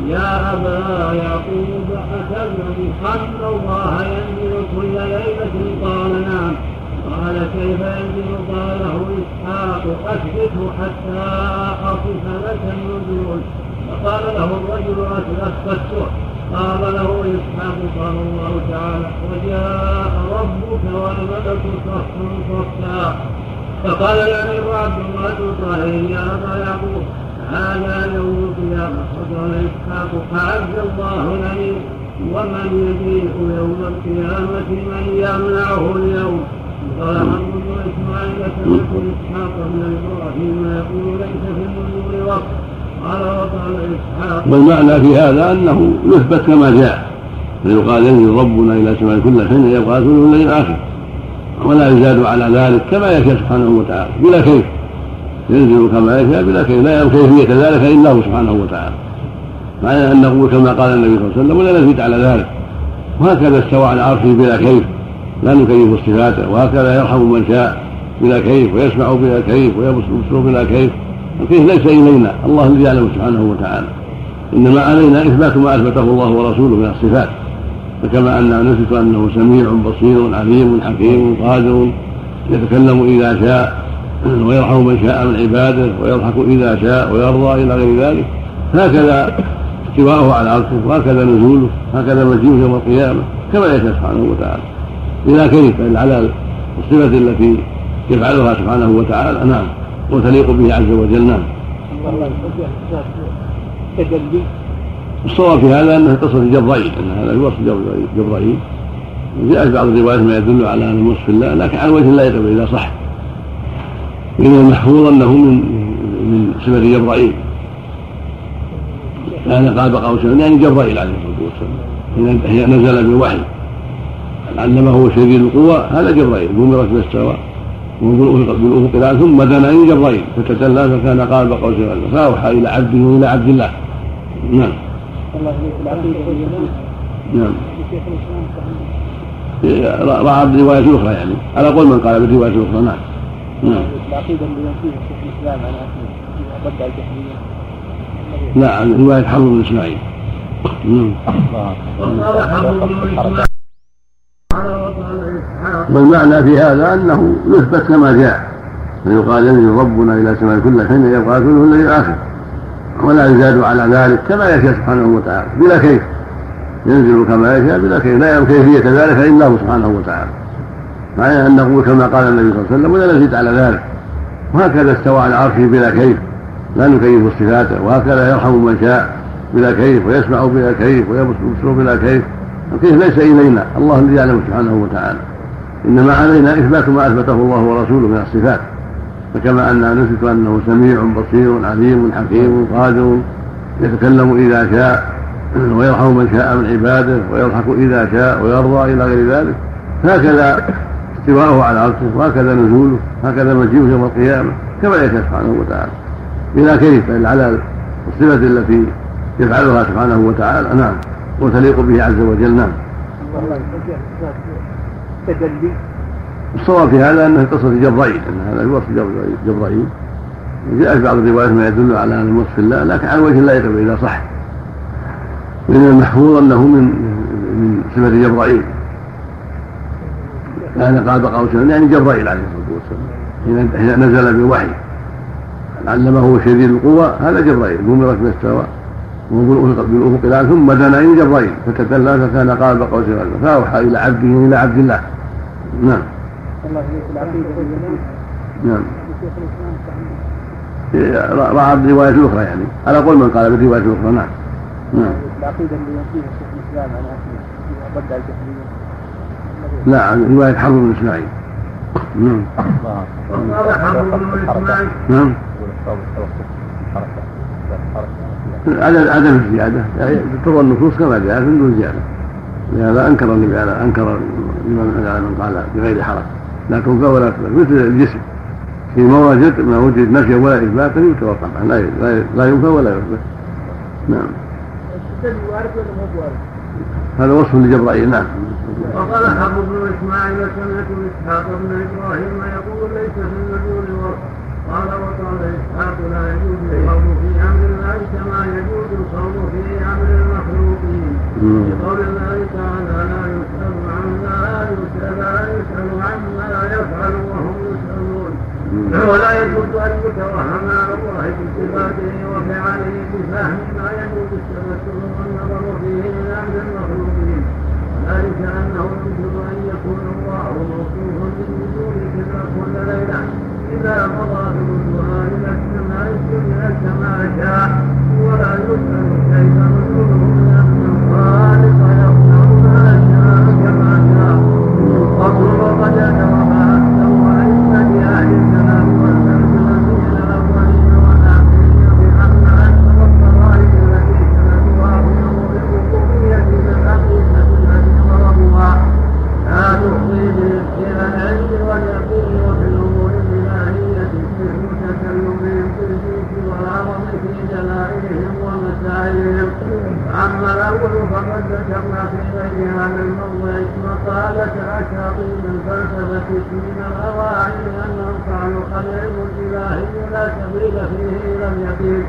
يا أبا يعقوب أتدري أن الله ينزل كل ليلة؟ قال نعم. قال كيف ينزل؟ قال له إسحاق أثبته حتى أصف لك النزول. فقال له الرجل أثبته. قال له إسحاق قال الله تعالى وجاء ربك والملك صفا صفا. فقال الأمير عبد الله بن طاهر يا أبا يعقوب هذا يوم القيامة. فقال إسحاق أعز الله الأمير ومن يجيء يوم القيامة من يمنعه اليوم. قال حرب بن إسماعيل سمعت إسحاق بن إبراهيم يقول ليس في النزول وقت. قال وقال إسحاق والمعنى في هذا أنه يثبت كما جاء فيقال ينزل ربنا إلى سماء كل حين يبقى ثلث الليل الآخر ولا يزاد على ذلك كما يشاء سبحانه وتعالى بلا كيف. ينزل كما يشاء بلا كيف لا يمكن كيفية ذلك إلا هو سبحانه وتعالى. معنى أن نقول كما قال النبي صلى الله عليه وسلم ولا نزيد على ذلك. وهكذا استوى على عرشه بلا كيف لا نكيف صفاته، وهكذا يرحم من شاء بلا كيف، ويسمع بلا كيف، ويبصر بلا كيف. الكيف ليس إلينا، الله الذي يعلم سبحانه وتعالى، إنما علينا إثبات ما أثبته الله ورسوله من الصفات، فكما أننا نثبت أنه سميع بصير عليم حكيم قادر يتكلم إذا شاء ويرحم من شاء من عباده ويضحك إذا شاء ويرضى إلى غير ذلك، هكذا استواءه على عرشه، وهكذا نزوله، هكذا مجيئه يوم القيامة كما يشاء سبحانه وتعالى بلا كيف، بل على الصفة التي يفعلها سبحانه وتعالى نعم وتليق به عز وجل. نعم. الصواب في هذا أنه تصف جبرائيل، أن هذا يوصف جبرائيل، جاء في بعض الروايات ما يدل على أن وصف الله، لكن على وجه لا يقبل إذا صح. من المحفوظ أنه من من صفة جبرائيل، كان قاب قوسين يعني جبرائيل عليه الصلاة والسلام هي نزل بالوحي، علمه شديد القوى، هذا جبرائيل بمرة باستوى بالأفق الأعلى ثم دنا إلى جبرائيل فتدلى فكان قاب قوسين فأوحى إلى عبده وإلى عبد الله. نعم. نعم. رأى رواية أخرى يعني على قول من قال بالرواية الأخرى. نعم. نعم. العقيدة اللي فيها شيخ الإسلام عن أهل بدع الجهمية. نعم رواية حرب بن إسماعيل. والمعنى في هذا أنه يثبت كما جاء، فيقال ينزل ربنا إلى سماء كل حين يبقى كله الليل الآخر ولا يزاد على ذلك كما يشاء سبحانه وتعالى بلا كيف، ينزل كما يشاء بلا كيف، لا يعلم كيفية ذلك إلا هو سبحانه وتعالى، مع أن نقول كما قال النبي صلى الله عليه وسلم ولا نزيد على ذلك. وهكذا استوى على عرشه بلا كيف، لا نكيف صفاته، وهكذا يرحم من شاء بلا كيف، ويسمع بلا كيف، ويبصر بلا كيف. الكيف ليس إلينا، الله الذي يعلم سبحانه وتعالى، إنما علينا إثبات ما أثبته الله ورسوله من الصفات، فكما أننا نثبت أنه سميع بصير عليم حكيم قادر يتكلم إذا شاء ويرحم من شاء من عباده ويضحك إذا شاء ويرضى إلى غير ذلك، هكذا استواءه على عرشه، وهكذا نزوله، هكذا مجيئه يوم القيامة كما يشاء سبحانه وتعالى بلا كيف، بل على الصفة التي يفعلها سبحانه وتعالى نعم وتليق به عز وجل. نعم. الصواب في هذا أنه تصف جبرائيل، أن هذا يوصف جبرائيل، جاء في بعض الروايات ما يدل على أن وصف الله، لكن على وجه لا يقبل إذا صح. من المحفوظ أنه من من صفة جبرائيل، كان قاب قوسين يعني جبرائيل عليه الصلاة والسلام حين نزل بالوحي، علمه شديد القوى، هذا جبرائيل بمرة باستوى بالأفق الأعلى ثم دنا إلى جبرائيل فتدلى فكان قاب قوسين فأوحى إلى عبده وإلى عبد الله. نعم. نعم. رأى رواية أخرى يعني على قول من قال بالرواية الأخرى. نعم. نعم. العقيدة اللي فيها شيخ الإسلام عن أهل بدع الجهمية. نعم رواية حرب بن إسماعيل. نعم. نعم. عدم عدم الزيادة تروى النصوص كما جاء من دون زيادة، لهذا أنكر النبي على أنكر لمن من قال بغير حرج لا تنفى ولا تنفى مثل الجسم في ما وجد ما وجد نفيا ولا إثباتا يتوقف لا لا ينفى ولا يثبت. نعم. هذا وصف لجبرائيل. نعم. وقال حرب بن إسماعيل سمعت إسحاق بن إبراهيم يقول ليس في النجوم وصف، قال وقال إسحاق لا يجوز القول في أمر الله كما يجوز القول في أمر المخلوقين، بقول الله تعالى لا يسأل عما يسأل لا يسأل عما يفعل وهم يسألون، ولا يجوز أن يتوهم على الله بصفاته وفعله بفهم ما يجوز التمثل والنظر فيه من أمر المخلوقين، وذلك أنه يمكن أن يكون الله موصوفا بالنزول كل ليلة إذا قضى بالدعاء إلى السماء الدنيا كما شاء، ولا يسأل كيف نزوله لأن الخالق يصنع ما شاء كما شاء. فصل وقد أدرك أكثر أئمة أهل الكلام والفلسفة من الأولين والآخرين بأن أكثر الطوائف التي سندها من أمور الربوبية بالعقيدة التي ضربوها لا تحصي إلى العلم واليقين وفي الأمور الإلهية مثل وقد ذكرنا في غير هذا الموضع مقالة أشاطين الفلسفة من الأواعي أنهم قالوا العلم الإلهي لا سبيل فيه إلى اليقين،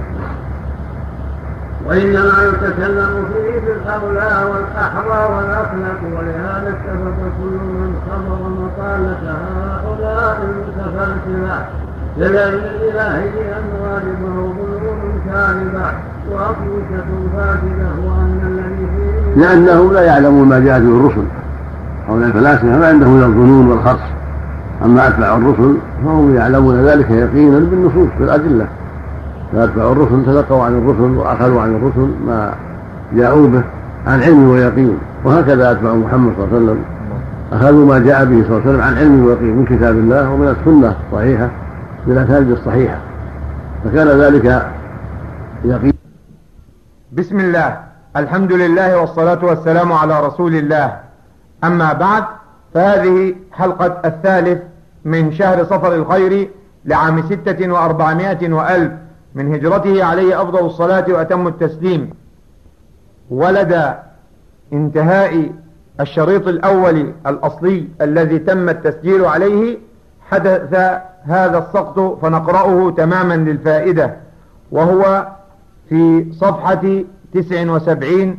وإنما يتكلم فيه بالأولى والأحوى والأخلاق. ولهذا اتفق كل من خبر مقالة هؤلاء المتفلسفة بالعلم الإلهي أن واجبه ظلم كاذبة وأقوشة فاسدة، وأن الذي فيه لأنهم لا يعلمون ما جاء به الرسل. هؤلاء الفلاسفة ما عندهم إلا الظنون والخرص، أما أتباع الرسل فهم يعلمون ذلك يقينا بالنصوص بالأدلة. فأتباع الرسل تلقوا عن الرسل وأخذوا عن الرسل ما جاءوا به عن علم ويقين، وهكذا أتباع محمد صلى الله عليه وسلم أخذوا ما جاء به صلى الله عليه وسلم عن علم ويقين من كتاب الله ومن السنة الصحيحة بالأسانيد الصحيحة، فكان ذلك يقين. بسم الله، الحمد لله والصلاة والسلام على رسول الله. أما بعد، فهذه حلقة الثالث من شهر صفر الخير لعام ستة وأربعمائة وألف من هجرته عليه أفضل الصلاة وأتم التسليم. ولدى انتهاء الشريط الأول الأصلي الذي تم التسجيل عليه حدث هذا السقط، فنقرأه تماما للفائدة، وهو في صفحة تسع وسبعين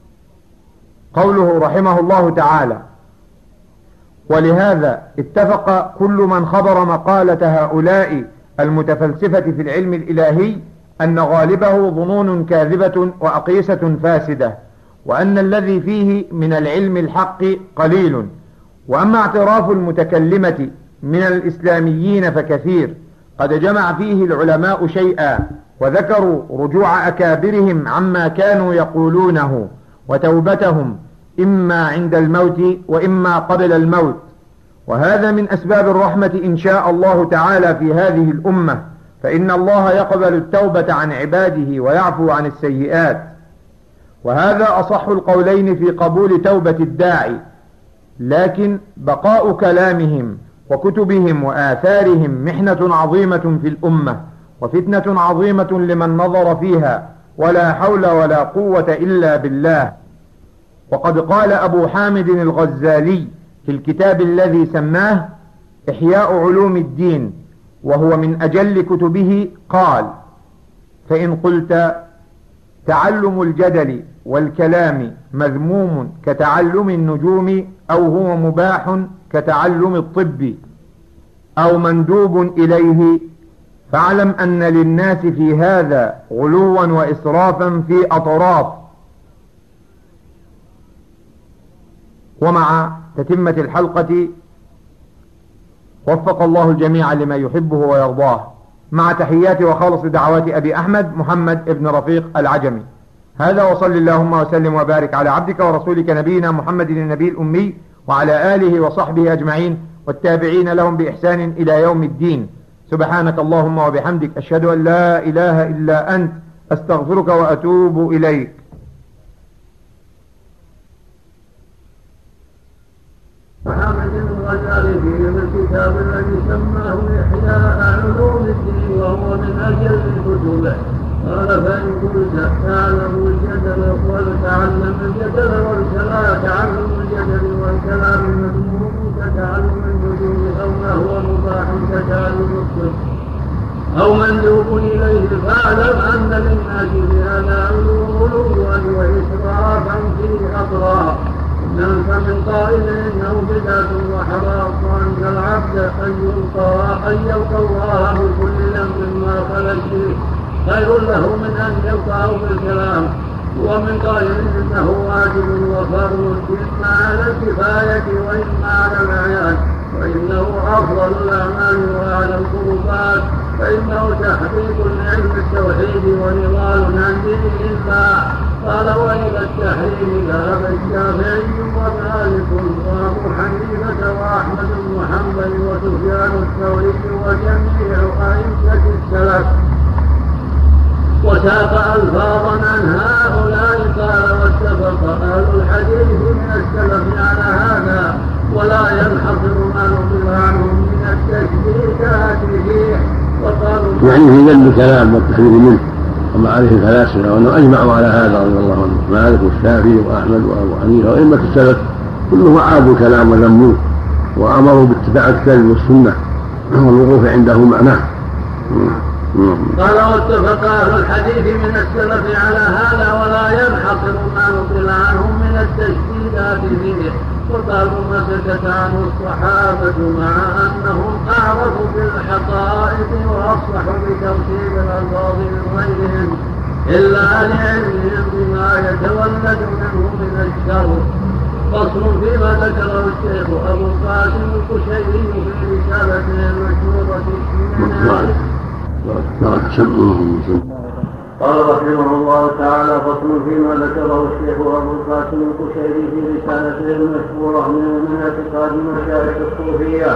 قوله رحمه الله تعالى: ولهذا اتفق كل من خبر مقالة هؤلاء المتفلسفة في العلم الإلهي أن غالبه ظنون كاذبة وأقيسة فاسدة، وأن الذي فيه من العلم الحق قليل. وأما اعتراف المتكلمة من الإسلاميين فكثير، قد جمع فيه العلماء شيئا، وذكروا رجوع أكابرهم عما كانوا يقولونه، وتوبتهم إما عند الموت وإما قبل الموت. وهذا من أسباب الرحمة إن شاء الله تعالى في هذه الأمة، فإن الله يقبل التوبة عن عباده ويعفو عن السيئات. وهذا أصح القولين في قبول توبة الداعي، لكن بقاء كلامهم وكتبهم وآثارهم محنة عظيمة في الأمة، وفتنة عظيمة لمن نظر فيها، ولا حول ولا قوة إلا بالله. وقد قال أبو حامد الغزالي في الكتاب الذي سماه إحياء علوم الدين، وهو من أجل كتبه، قال: فإن قلت تعلم الجدل والكلام مذموم كتعلم النجوم، أو هو مباح كتعلم الطب، أو مندوب إليه، فاعلم أن للناس في هذا غلوا وإسرافا في أطراف. ومع تتمة الحلقة وفق الله الجميع لما يحبه ويرضاه، مع تحيات وخالص دعوات أبي أحمد محمد ابن رفيق العجمي. هذا، وصل اللهم وسلم وبارك على عبدك ورسولك نبينا محمد النبي الأمي وعلى آله وصحبه أجمعين والتابعين لهم بإحسان إلى يوم الدين. سبحانك اللهم وبحمدك، أشهد أن لا إله إلا أنت، أستغفرك وأتوب إليك. محمد الغزالي في الكتاب الذي سماه إحياء علوم الدين، وهو من أجل كتبه، قال: فإن كنت تعلم الجدل وتعلم الجدل والكلام، تعلم الجدل والكلام مذموم كتعلم النجوم، أو ما هو مباح كتعلم الطب، أو مندوب إليه، فاعلم أن للناس بهذا غلوا وإسرافا في أطراف. من قائل إنه بدعة وحرام، وأن العبد أن يلقى أن يلقى الله بكل ذنب ما خلت فيه خير له من أن يلقاه بالكلام. ومن قائل إنه واجب وفرض، إما على الكفاية وإما على العيان، وإنه أفضل الأعمال وأعلى القربات، فإنه تحقيق لعلم التوحيد ونضال عن دين الله. قال: وإلى التحريم ذهب الشافعي ومالك وأبو حنيفة وأحمد بن حنبل وسفيان الثوري وجميع أئمة السلف، وساق ألفاظا عن هؤلاء. قال: واتفق أهل الحديث من السلف على هذا، ولا ينحصر ما نقل عنهم من التشبيهات فيه. وقالوا يعني في ذم الكلام والتحرير منه وما عليه الفلاسفة، وأنهم أجمعوا على هذا رضي الله عنهم، مالك والشافعي وأحمد وأبو حنيفة وأئمة السلف كلهم عابوا الكلام وذموه وأمروا باتباع الكتاب والسنة والوقوف عنده معناه. قال واتفق أهل الحديث من السلف على هذا ولا ينحصر ما نقل عنهم من التشديدات فيه، وقالوا ما سكت عنه الصحابة مع أنهم أعرفوا بالحقائق وأصلحوا بتوحيد الألفاظ من غيرهم إلا لعلمهم بما يتولد منه من الشر. فصل فيما ذكره الشيخ أبو القاسم القشيري في رسالته المشهورة قال رحمه الله تعالى: فصل فيما ذكره الشيخ أبو القاسم القشيري في رسالته المشهورة من اعتقاد مشايخ الصوفية.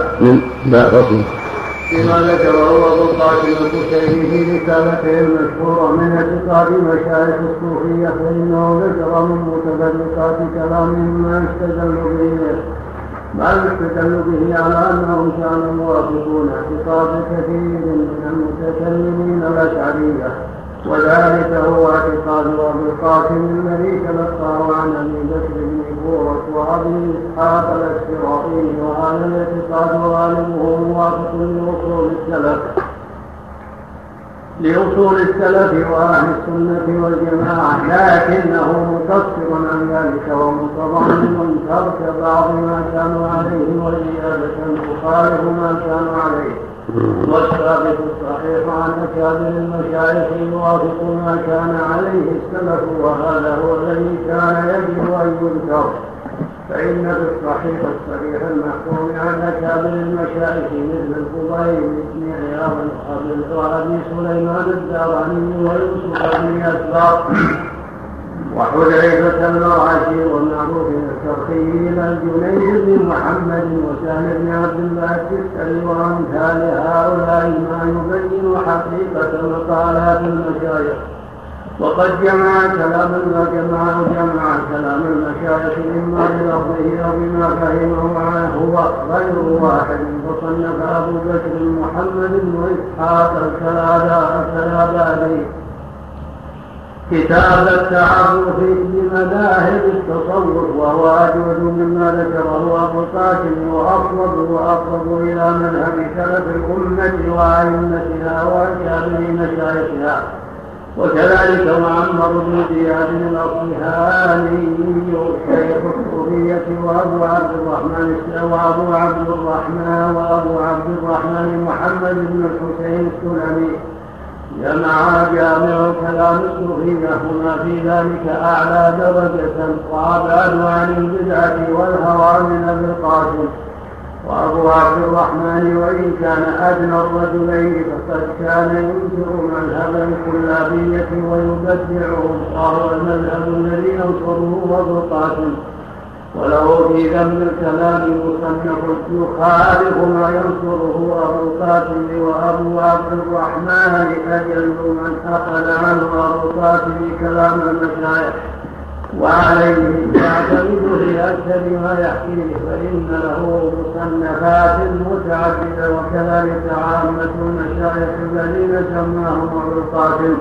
فيما ذكره أبو القاسم القشيري في رسالته المشهورة من اعتقاد مشايخ الصوفية، فإنه ذكر من متفرقات كلامهم ما استدل به ما يستدل به على أنهم كانوا موافقون اعتقاد كثير من المتكلمين الأشعرية، وذلك هو اعتقاد أبي القاسم الذي تلقاه عن أبي بكر بن بورك وأبي إسحاق الأسفرائي، وهذا الاعتقاد غالبه موافق لأصول السلف لأصول السلف وأهل السنة والجماعة، لكنه مقصر عن ذلك ومتضمن ترك بعض ما كانوا عليه وزيادة تخالف ما كانوا عليه. والثابت الصحيح عن أكابر المشايخ يوافق ما كان عليه السلف، وهذا هو الذي كان يجب أن يذكر. فإن في الصحيح الصريح المحكوم عن أكابر المشايخ مثل الفضيل بن عياض وأبي سليمان الداراني ويوسف بن أسباط وحذيفة المرعشي والمعروف الكرخي الجنيد بن محمد وسهل بن عبد الله التستري وأمثال هؤلاء ما يبين حقيقة مقالات المشايخ. وقد جمع كلام جمع جمع كلام المشايخ إما بلفظه أو بما فهمه هو غير واحد، فصنف أبو بكر محمد بن إسحاق الكلاباني كتاب التعرف بمذاهب التصوف، وهو أجود مما ذكره أبو القاسم وأقرب وأقرب إلى منهج سلف الأمة وأئمتها وأكابر مشايخها. وكذلك معمر بن زياد الأصبهاني شيخ الصوفية وأبو عبد الرحمن وأبو عبد الرحمن وأبو عبد الرحمن محمد بن الحسين السلمي جمع جامع كلام الصوفية هنا في ذلك أعلى درجة وأبعد عن البدعة والهوى من أبي القاسم. وأبو عبد الرحمن وإن كان أدنى الرجلين فقد كان ينكر مذهب الكلابية ويبدعه، وهو المذهب الذي ينصره أبو القاسم. وله في ذم الكلام مصنف يخالف ما ينصره أبو القاسم، وأبو عبد الرحمن أجل من أخذ عنه أبو القاسم كلام المشايخ وعليه يعتمد في أكثر ما يحكيه، فإن له مصنفات متعددة، وكذلك عامة المشايخ الذين سماهم أبو القاسم.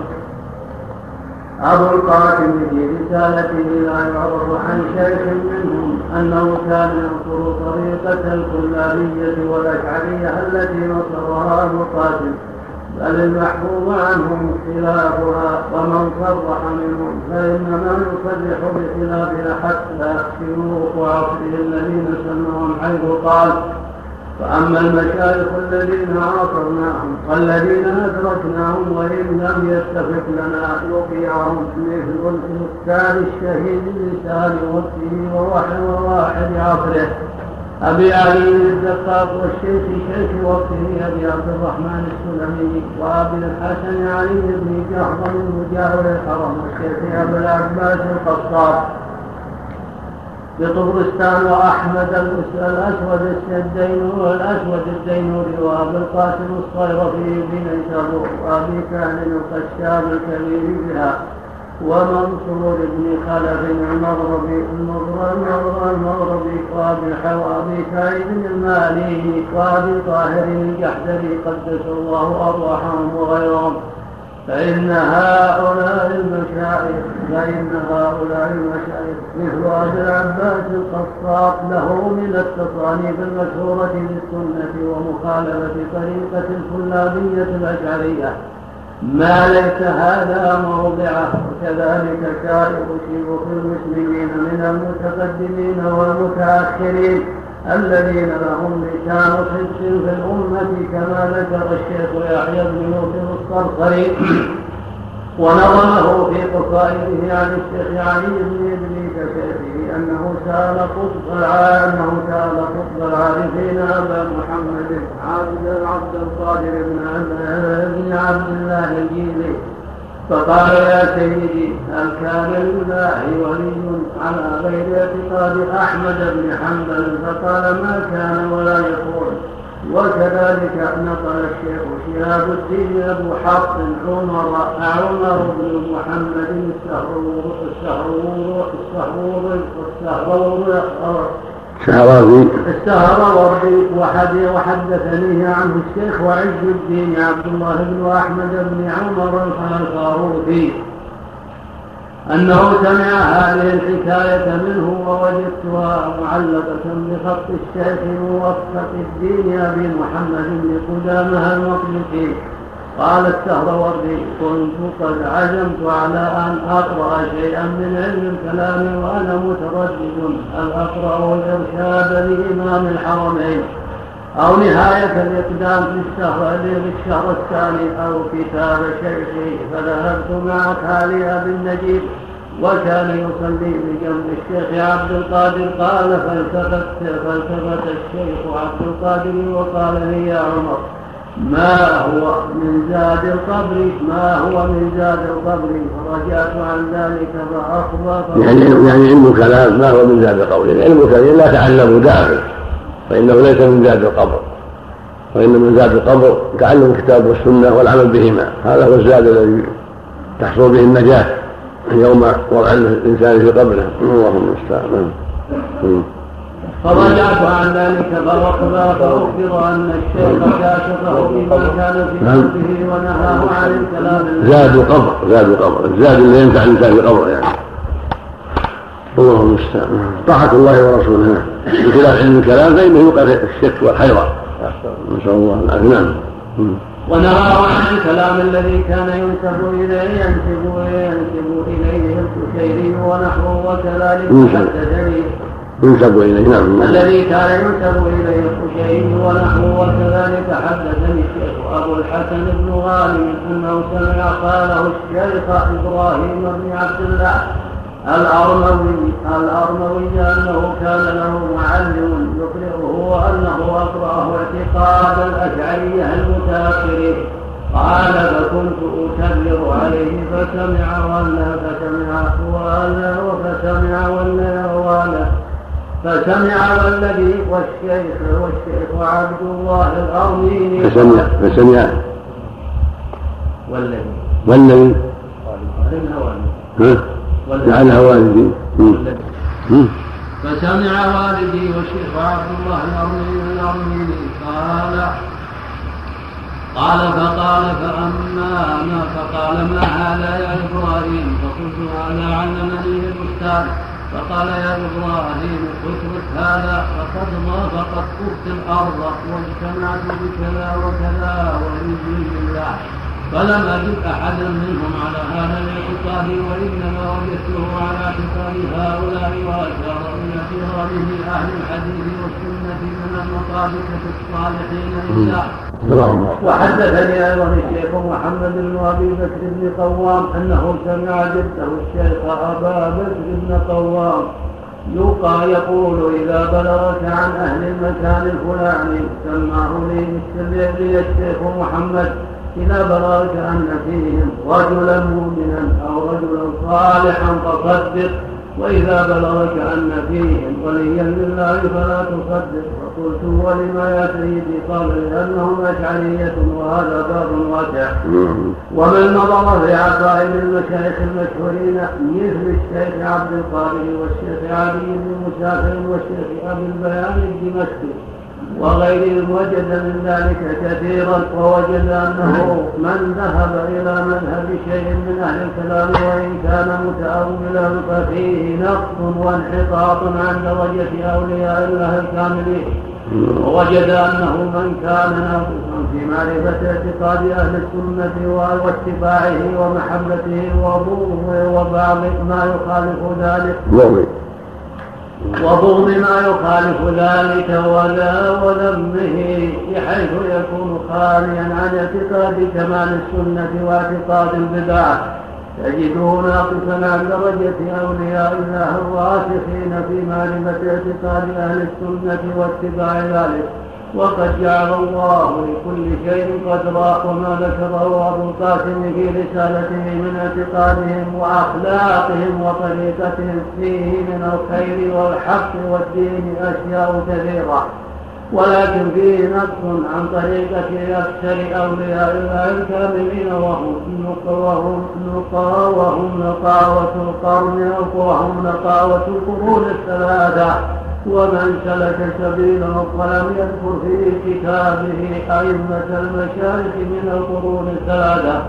أبو القاسم في رسالته لا يعرف عن شيخ منهم أنه كان ينصر طريقة الكلابية والأشعرية التي نصرها أبو القاسم، بل المحفوظ عنهم خلافها، ومن صرح منهم فإنما يصرح بخلافها حتى شيوخ عصره الذين سمعهم حيث قال: فأما المشايخ الذين عاصرناهم والذين أدركناهم وإن لم يتفق لنا يطيعهم مثل الأستاذ الشهيد لسان وقته وواحد عصره أبي علي الدقاق والشيخ شيخ وقته أبي عبد الرحمن السلمي وأبي الحسن علي بن جهضم المجاور الحرم والشيخ أبي العباس القصار بطبرستان وأحمد الأسود الدينوري والأسود الدينوري وأبي القاسم الصيرفي بن نيسابور وأبي كامل القشاب الكبير بها ومنصور بن خلف المغربي المغربي وأبي كائن المالي وأبي طاهر الجحدري قدس الله أرواحهم وغيرهم. فإن هؤلاء المشايخ فإن هؤلاء المشايخ مثل أبي العباس القصاص له من التصانيف المشهورة للسنة ومخالفة طريقة الكلابية الأشعرية ما ليس هذا موضعه. وكذلك سائر شيوخ المسلمين من المتقدمين والمتأخرين الذين لهم لسان صدق في الأمة كما ذكر الشيخ يحيى بن يوسف الصرصري ونظمه في قصائده عن الشيخ علي بن إدريس شيخه أنه سأل قطب أنه سأل قطب العارفين أبا محمد عبد القادر بن عبد الله الجيلي فقال يا سيدي هل كان لله ولي على غير اعتقاد أحمد بن حنبل؟ فقال ما كان ولا يكون. وكذلك نقل الشيخ شهاب الدين أبو حفص عمر عمر بن محمد السهروردي وحدثنيه عنه الشيخ وعز الدين عبد الله بن أحمد بن عمر الفاروقي أنه سمع هذه الحكاية منه ووجدتها معلقة بخط الشيخ موفق الدين أبي محمد بن قدامة المقدسي. قال السهروردي كنت قد عزمت على أن أقرأ شيئا من علم الكلام وأنا متردد هل أقرأ الإرشاد لإمام الحرمين أو نهاية الإقدام في الشهر الثاني أو كتاب شيخي. فذهبت مع خالي أبي النجيب وكان يصلي بجنب الشيخ عبد القادر. قال فالتفت فالتفت الشيخ عبد القادر وقال لي يا عمر ما هو من زاد القبر ما هو من زاد القبر؟ فرجعت عن ذلك فأخبر يعني يعني علم الكلام ما هو من زاد القبر. يعني علم الكلام لا تعلمه داخل فإنه ليس من زاد القبر، وإن من زاد القبر تعلم الكتاب والسنة والعمل بهما. هذا هو الزاد الذي تحصل به النجاة يوم وضع الإنسان في قبره. اللهم المستعان. فرجعت عن ذلك فأخبر أن الشيخ كاشفه بما كان في قلبه ونهاه عن الكلام. زاد القبر زاد القبر الزاد اللي ينفع الإنسان في قبره يعني. اللهم المستعان. طاعة الله ورسوله بخلاف علم الكلام فإنه يوقع الشك والحيرة. نسأل الله العافية. نعم. ونراه عن الكلام الذي كان ينسب إليه ينسب ينسب إليه الكشيري ونحوه. وكذلك حدثني ينسب إليه نعم الذي كان ينسب إليه الكشيري ونحوه. وكذلك حدثني الشيخ أبو الحسن بن غانم أنه سمع قاله الشيخ إبراهيم بن عبد الله الأرموي الأرموي أنه كان له معلم يقرئه وأنه أقرأه اعتقاد الأشعرية المتأخرين. قال فكنت أكبر عليه فسمع ولا فسمع ولا وفسمع ولا ولا فسمع والذي والشيخ والشيخ عبد الله الأرميني فسمع فسمع والذي والذي ها جعلها والدي فسمع والدي والشيخ عبد الله الأرميني قال قال فقال فأما أنا فقال ما هذا يا إبراهيم؟ فقلت هذا علمني الأستاذ. فقال يا إبراهيم اترك هذا فقد ضاقت قرت الأرض واجتمعت بكذا وكذا وبإذن الله فلم أجد أحدا منهم على هذا الاعتقاد وإنما وجدته على اعتقاد هؤلاء وأشار إلى اعتقاده أهل الحديث والسنة من المقابلة الصالحين إلا. وحدثني أيضا الشيخ محمد بن أبي بكر بن قوام أنه سمع جده الشيخ أبا بكر بن قوام يوقع يقول إذا بلغك عن أهل المكان الفلاني سماه لي الشيخ محمد إذا بلغك أن فيهم رجلا مؤمنا أو رجلا صالحا فصدق وإذا بلغك أن فيهم وليا لله فلا تصدق. فقلت ولما يا سيدي؟ قال لأنهم أشعرية وهذا باب واسع. ومن نظر في عقائد المشايخ المشهورين مثل الشيخ عبد القادر والشيخ علي بن مسافر والشيخ أبي البيان الدمشقي وغيرهم وجد من ذلك كثيرا، ووجد أنه من ذهب إلى مذهب شيء من أهل الكلام وإن كان متأولا ففيه نقص وانحطاط عن درجة أولياء الله الكاملين. ووجد أنه من كان ناقصا في معرفة اعتقاد أهل السنة واتباعه ومحبته وبغضه وبعض ما يخالف ذلك وبغض ما يخالف ذلك ولا وذمه، بحيث يكون خاليا عن اعتقاد كمال السنة واعتقاد البدعة، تجده ناقصا عن درجة أولياء الله الراسخين في معرفة اعتقاد أهل السنة واتباع ذلك. وقد جعل الله لكل شيء قدرا، وما ذكره أبو القاسم في رسالته من اعتقادهم وأخلاقهم وطريقتهم فيه من الخير والحق والدين أشياء كثيرة، ولكن فيه نقص عن طريقة أكثر أولياء الله الكاملين وهم وهم وهم نقاوة القرن وهم نقاوة القرون الثلاثة. ومن سلك سبيله فلم يذكر في كتابه أئمة المشايخ من القرون الثلاثة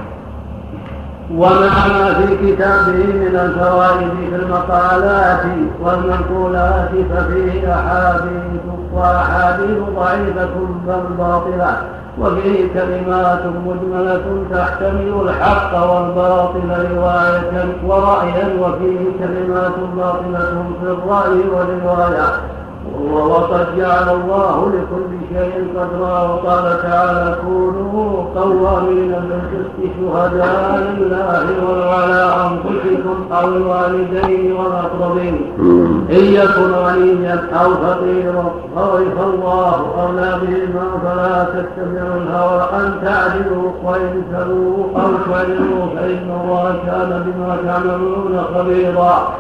ومع ما في كتابه من الفوائد في المقالات والمنقولات ففيه أحاديث وأحاديث ضعيفة بل باطلة، وفيه كلمات مجملة تحتمل الحق والباطل رواية ورأيا، وفيه كلمات باطلة في الرأي والرواية. وقد جعل الله لكل شيء قدرا، وقال تعالى كونوا قوامين بالقسط شهداء لله ولو على أنفسكم أو الوالدين والأقربين إن يكن غنيا أو فقيرا فالله أولى بهما فلا تتبعوا الهوى أن تعدلوا وإن تلووا أو تعدلوا فإن الله كان بما تعملون خبيرا.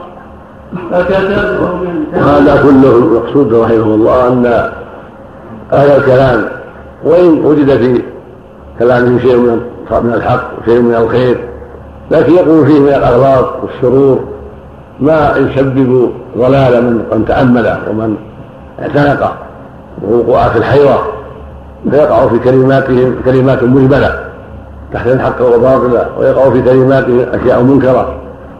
فكتبه من وهذا كله المقصود رحمه الله أن أهل الكلام وإن وجد في كلامهم شيء من الحق وشيء من الخير، لكن يقول فيه من الأغلاط والشرور ما يسبب ضلال من تأمله ومن اعتنقه ووقوع في الحيرة، فيقع في كلماتهم كلمات مجملة تحت الحق وباطلة، ويقع في كلماتهم أشياء منكرة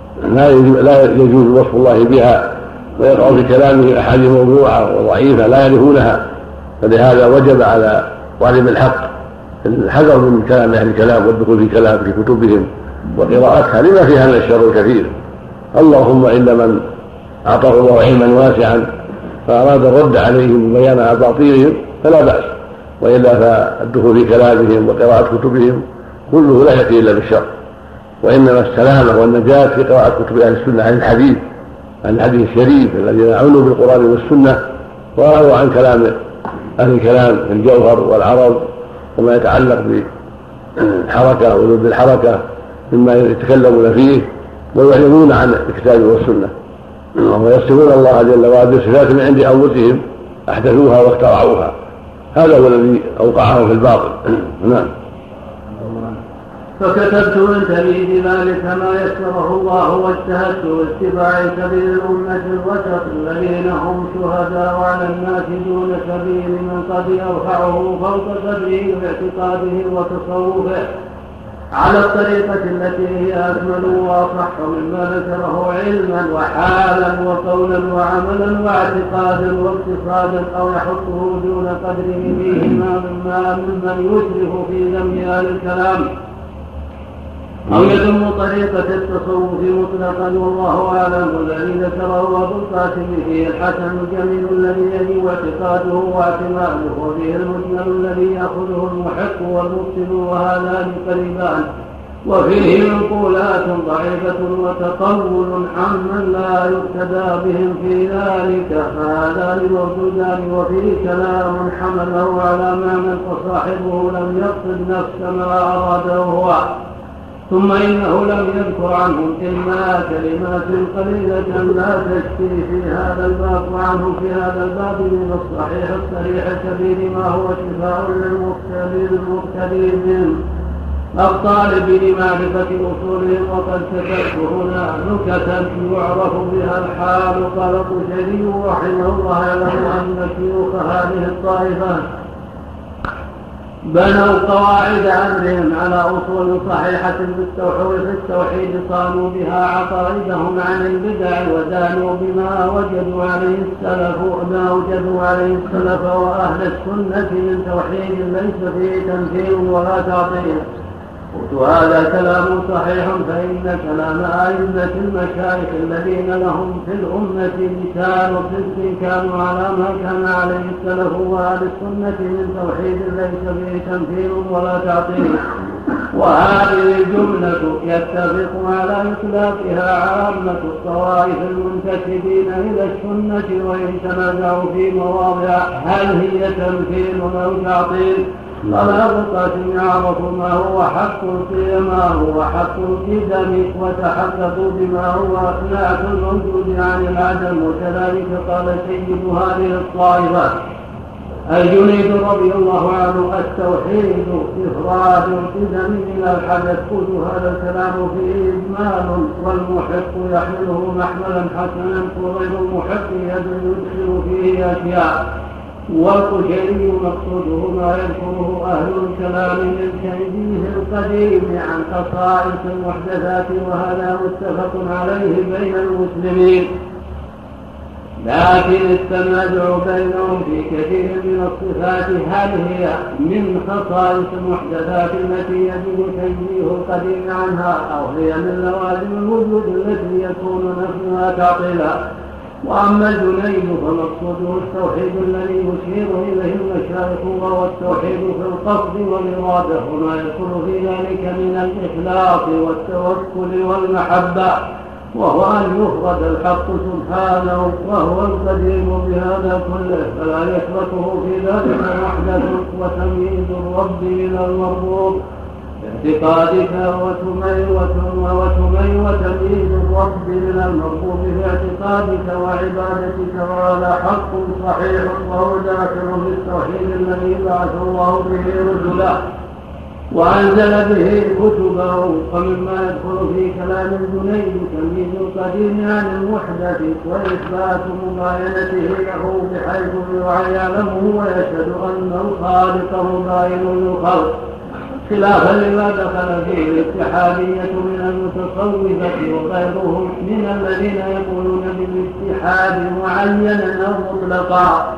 لا يجوز وصف الله بها، ويقع في كلامه أحاديث موضوعة وضعيفة لا يعرفونها. فلهذا وجب على طالب الحق الحذر من كلام أهل الكلام والدخول في كلام في كتبهم وقراءتها لما فيها من الشر الكثير. اللهم إلا من أعطاه الله علما واسعا فأراد الرد عليهم وبيان أباطيلهم فلا بأس، وإلا فالدخول في كلامهم وقراءة كتبهم كله لا يأتي إلا بالشر. وإنما السلامة والنجاة في قراءة كتب أهل السنة عن الحديث عن الحديث الشريف الذين عنوا بالقرآن والسنة ورووا عن كلام أهل الكلام في الجوهر والعرض وما يتعلق بالحركة وذب الحركة مما يتكلمون فيه ويعلمون عن الكتاب والسنة ويصفون الله جل وعلا بصفات من عند أنفسهم أحدثوها واخترعوها. هذا هو الذي أوقعه في الباطل. نعم. فكتبت من تبيد ذلك ما يسره الله واجتهدت اتباع سبيل الأمة الوسط الذين هم شهداء على الناس دون سبيل من قد يرفعه فوق سبيل باعتقاده وتصوفه على الطريقة التي هي أكمل وأصح مما ذكره علما وحالا وقولا وعملا واعتقادا واقتصادا أو يحطه دون قدره فيهما مما ممن يسرف في ذم أهل الكلام أو يذم طريقة التصوف مطلقا. والله أعلم. الذي ذكره أبو القاسم فيه الحسن الجميل الذي يجب اعتقاده واعتماده، وفيه المجمل الذي يأخذه المحق والمبطل وهذان قريبان، وفيه منقولات ضعيفة وتقول عمن لا يقتدى بهم في ذلك، فهذان موجودان. وفيه كلام حمله على معنى فصاحبه لم يقصد نفس ما أراده هو، ثم إنه لم يذكر عنهم إلا كلمات قليلة لا تشفي في هذا الباب، وعنه في هذا الباب من الصحيح الصريح الكبير ما هو شفاء للمبتلين منه الطالب لمعرفة أصولهم. وقد كتبت هنا نكتا يعرف بها الحال. قال القشيري رحمه الله يعلم أن شيوخ هذه الطائفة بنوا قواعد أمرهم على أصول صحيحة في التوحيد صانوا بها عقائدهم عن البدع ودانوا بما وجدوا عليه السلف ما وجدوا عليه السلف وأهل السنة من توحيد ليس فيه تمثيل ولا تعطيل. قلت هذا كلام صحيح فإن كلام أئمة المشايخ الذين لهم في الأمة لسان صدق كانوا على ما كان عليه السلف وأهل السنة من توحيد ليس فيه تمثيل ولا تعطيل. وهذه الجملة يتفق على إطلاقها عامة الطوائف المنتسبين إلى السنة وإن تنازعوا في مواضع هل هي تمثيل أو تعطيل. فلا بقى يعرف ما هو حق ما هو حق القدم وتحققوا بما هو نعت الموجود عن العدم. وكذلك قال سيد هذه الطائفة الجنيد رضي الله عنه التوحيد إفراد القدم من الحدث. قلت هذا الكلام فيه إجمال والمحق يحمله محملا حسنا وغير المحق يدخل فيه أشياء. والقشيري مقصوده ما يذكره أهل الكلام من تنزيه القديم عن خصائص المحدثات وهذا متفق عليه بين المسلمين. لكن التنازع بينهم في كثير من الصفات هل هي من خصائص المحدثات التي يجب تنزيه القديم عنها أو هي من لوازم الوجود التي يكون نفسها تعطيلا. وأما الجنيد فمقصوده التوحيد الذي يشير إليه المشايخ وهو التوحيد في القصد والإرادة وما يدخل في ذلك من الإخلاص والتوكل والمحبة وهو أن يفرد الحق سبحانه وهو القديم بهذا كله فلا يشركه في ذلك محدث. وتمييز الرب من المربوب باعتقادك وتمي وتمييز الرب من المربوب باعتقادك وعبادتك وهذا حق صحيح وهو داخل في التوحيد الذي بعث الله به رسله وأنزل به كتبه. ومما يدخل في كلام الجنيد تمييز القديم عن المحدث وإثبات مباينته له بحيث يعلمه ويشهد أن الخالق مباين للخلق خلافا لما دخل فيه الاتحادية من المتصوفة وغيرهم من الذين يقولون بالاتحاد معينا أو مطلقا.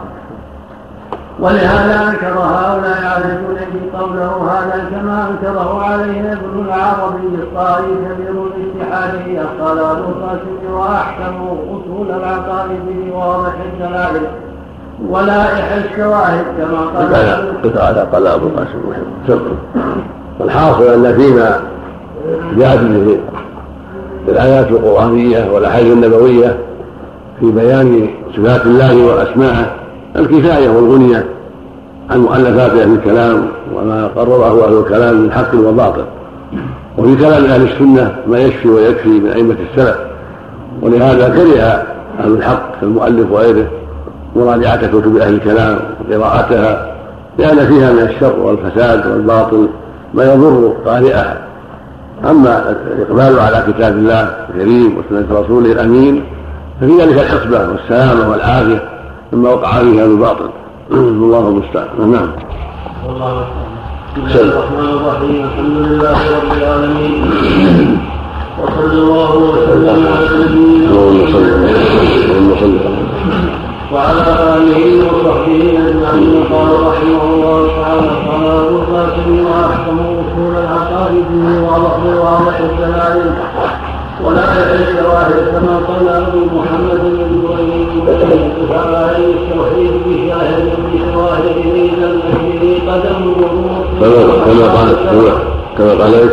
ولهذا أنكر هؤلاء على الجنيد قوله هذا كما أنكره عليه ابن العربي الطائي كبير الاتحادية. قال أبو القاسم وأحكم أصول العقائد بواضح الدلائل ولائح الشواهد كما قال على قال أبو القاسم. والحاصل أن فيما جاءت به الآيات القرآنية والأحاديث النبوية في بيان صفات الله وأسماءه الكفاية والغنية عن مؤلفات أهل الكلام وما قرره أهل الكلام من حق وباطل. وفي كلام أهل السنة ما يشفي ويكفي من أئمة السلف. ولهذا كره أهل الحق كالمؤلف وغيره مراجعة كتب أهل الكلام وقراءتها لأن فيها من الشر والفساد والباطل ما يضر قارئها. أما الإقبال على كتاب الله الكريم وسنة رسوله الأمين ففي ذلك الحسبة والسلامة والعافية مما وقع فيها الباطل. الله المستعان. نعم. والله بسم الله الرحمن الرحيم. الحمد لله رب العالمين وصلى الله وسلم على نبينا محمد وعلى آله وصحبه أجمعين. قال رحمه الله تعالى قال أبو القاسم وأحكم أصول العقائد وواضح الدلائل ولائح الشواهد كما قال أبو محمد بن جريج عليه التوحيد بشاهد بشواهده التي قدم كما قال كما قال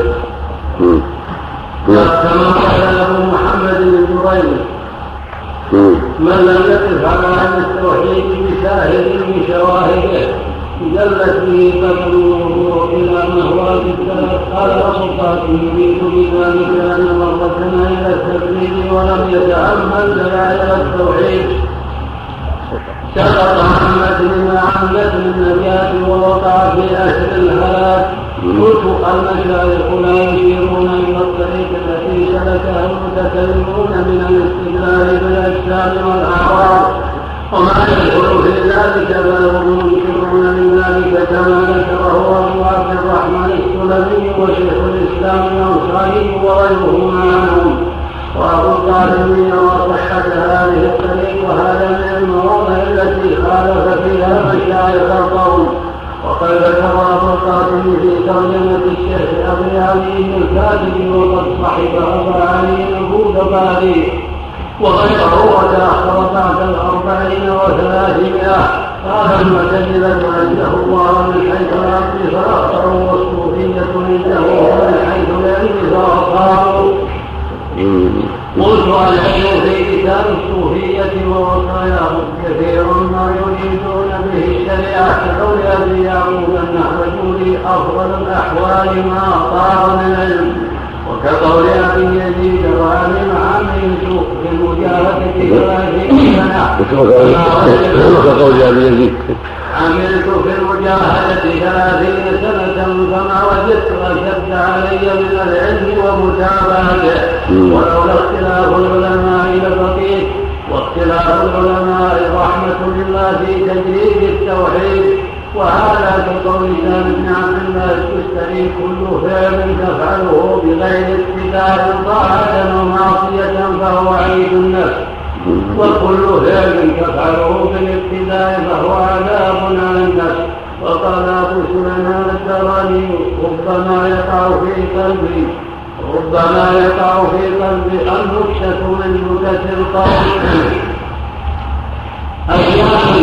كما قال أبو محمد بن جريج من لم يقف على أن التوحيد بشاهد من شواهده دلت به قدمه إلى مهوات السلف. قال أبو القاسم يريد بذلك أن مرتنا إلى التبليغ ولم يتأمل دلائل التوحيد سقط عن متن عن متن النجاة ووقع في أسر الهلاك قلت المشايخ لا يشيرون إلى الطريق التي سلكها المتكلمون من الاستدلال بالأجسام والأعراض وما يدخل في ذلك فهم منكرون من ذلك كما ذكره أبو عبد الرحمن السلمي وشيخ الإسلام الأنصاري وغيرهما عنهم. وأبو القاسم يرى صحة هذه الطريق وهذا من المواضع التي خالف فيها مشايخ القوم. وقد ذكر أبو القاسم في ترجمة الشيخ أبي علي الكاتب وقد صحب أبا علي البودباري وغيره وتأخر بعد الأربعين وثلاثمائة. قال المعتزلة عنده الله من حيث العقل فأخطروا والصوفية عنده من حيث العلم فأخطروا. قلت العلم في كتاب الصوفية ووصاياهم كثير ما يريدون به الشريعة كقول أبي يعقوب النحوي أفضل الأحوال ما طار من العلم وكقول أبي يزيد وعلم عملت في المجاهدة ثلاثين سنة وكقول أبي يزيد عملت في المجاهدة ثلاثين سنة فما وجدت أشد علي من العلم ومتابعته ولولا اختلاف العلماء لبقيت واختلاف العلماء رحمة لله في تجريد التوحيد. وهذا كقول سالم بن عبد الله التستري كل فعل تفعله بغير اتباع طاعة ومعصية فهو عيد النفس وكل فعل تفعله بالابتداء فهو عذاب على النفس. وقال أبو سليمان الدراني ربما يقع في قلبي ربما يقع في قلبي النكشة من نكت القوم أيام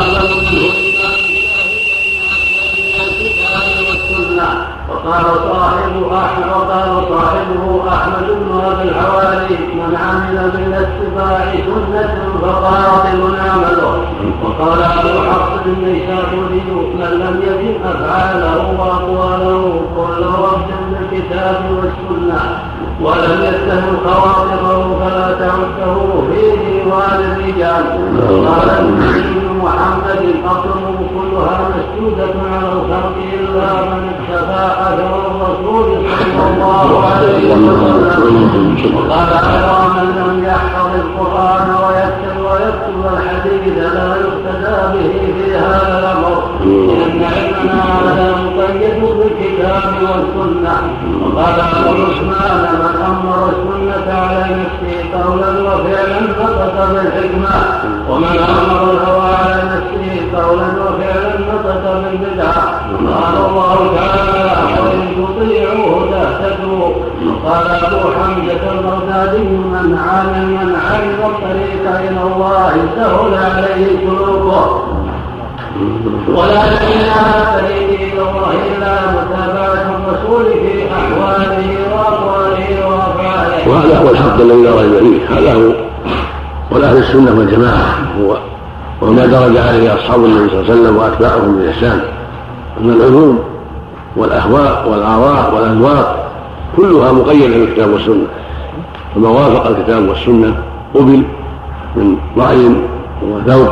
وقال صاحب أحمد وقال صاحبه أحمد بن أبي الحواري من عمل بالاتباع سنة فقاطل عمله. وقال أبو حفص النيسابوري من لم يجد أفعاله وأقواله كل وقت بالكتاب والسنة ولم يتهم خواطره فلا تعده في ديوان الرجال. قال ابن محمد الأطلب كلها مسجودة على الخلق إلا من اكتفى أثر الرسول صلى الله عليه وسلم. وقال أيضا من لم يحفظ القرآن ويكتب ويكتب الحديث لا يقتدى به في هذا الأمر لأن علمنا هذا مقيد بالكتاب والسنة. وقال أبو عثمان من أمر السنة على نفسه قولا وفعلا نطق بالحكمة ومن أمر الهوى على نفسه قولا وفعلا نطق بالبدعة. قال الله تعالى وإن تطيعوه تهتدوا. قال أبو حمزة البغدادي من عامل من علم الطريق إلى الله سهل عليه سلوكه ولا يمكن على طريق إلى الله إلا متابعة الرسول في أحواله وأقواله وأفعاله. وهذا هو الحق الذي لا ريب فيه. هذا هو والأهل السنة والجماعة هو وما درج عليه أصحاب النبي صلى الله عليه وسلم وأتباعهم بالإحسان من العلوم والأهواء والآراء والأذواق كلها مقيدة بالكتاب والسنة. فما وافق الكتاب والسنة قبل من رأي وذوق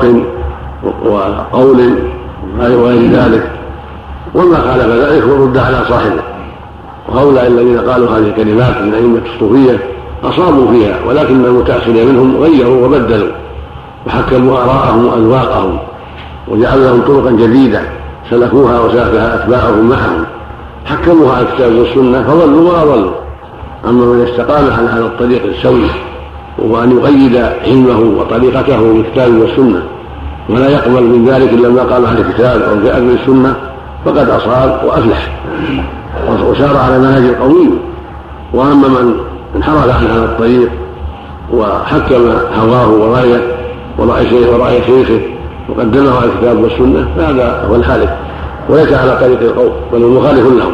وقول وغير ذلك وما خالف ذلك ورد على صاحبه. وهؤلاء الذين قالوا هذه الكلمات من أئمة الصوفية أصابوا فيها ولكن المتأخرين منهم غيروا وبدلوا وحكموا آراءهم وأذواقهم وجعلوا لهم طرقا جديدة سلكوها وسلكها أتباعهم معهم حكموها على الكتاب والسنة فضلوا وأضلوا. أما من استقام على هذا الطريق السوي وهو أن يقيد علمه وطريقته بالكتاب والسنة ولا يقبل من ذلك إلا ما قال أهل الكتاب أو جاء به السنة فقد أصاب وأفلح وسار على منهج قوي. وأما من انحرف عن هذا الطريق وحكم هواه ورأيه ورأي شيخه ورأي شيخه وقدمه على الكتاب والسنة فهذا هو الحالف وليس على طريق القوم بل هو مخالف لهم.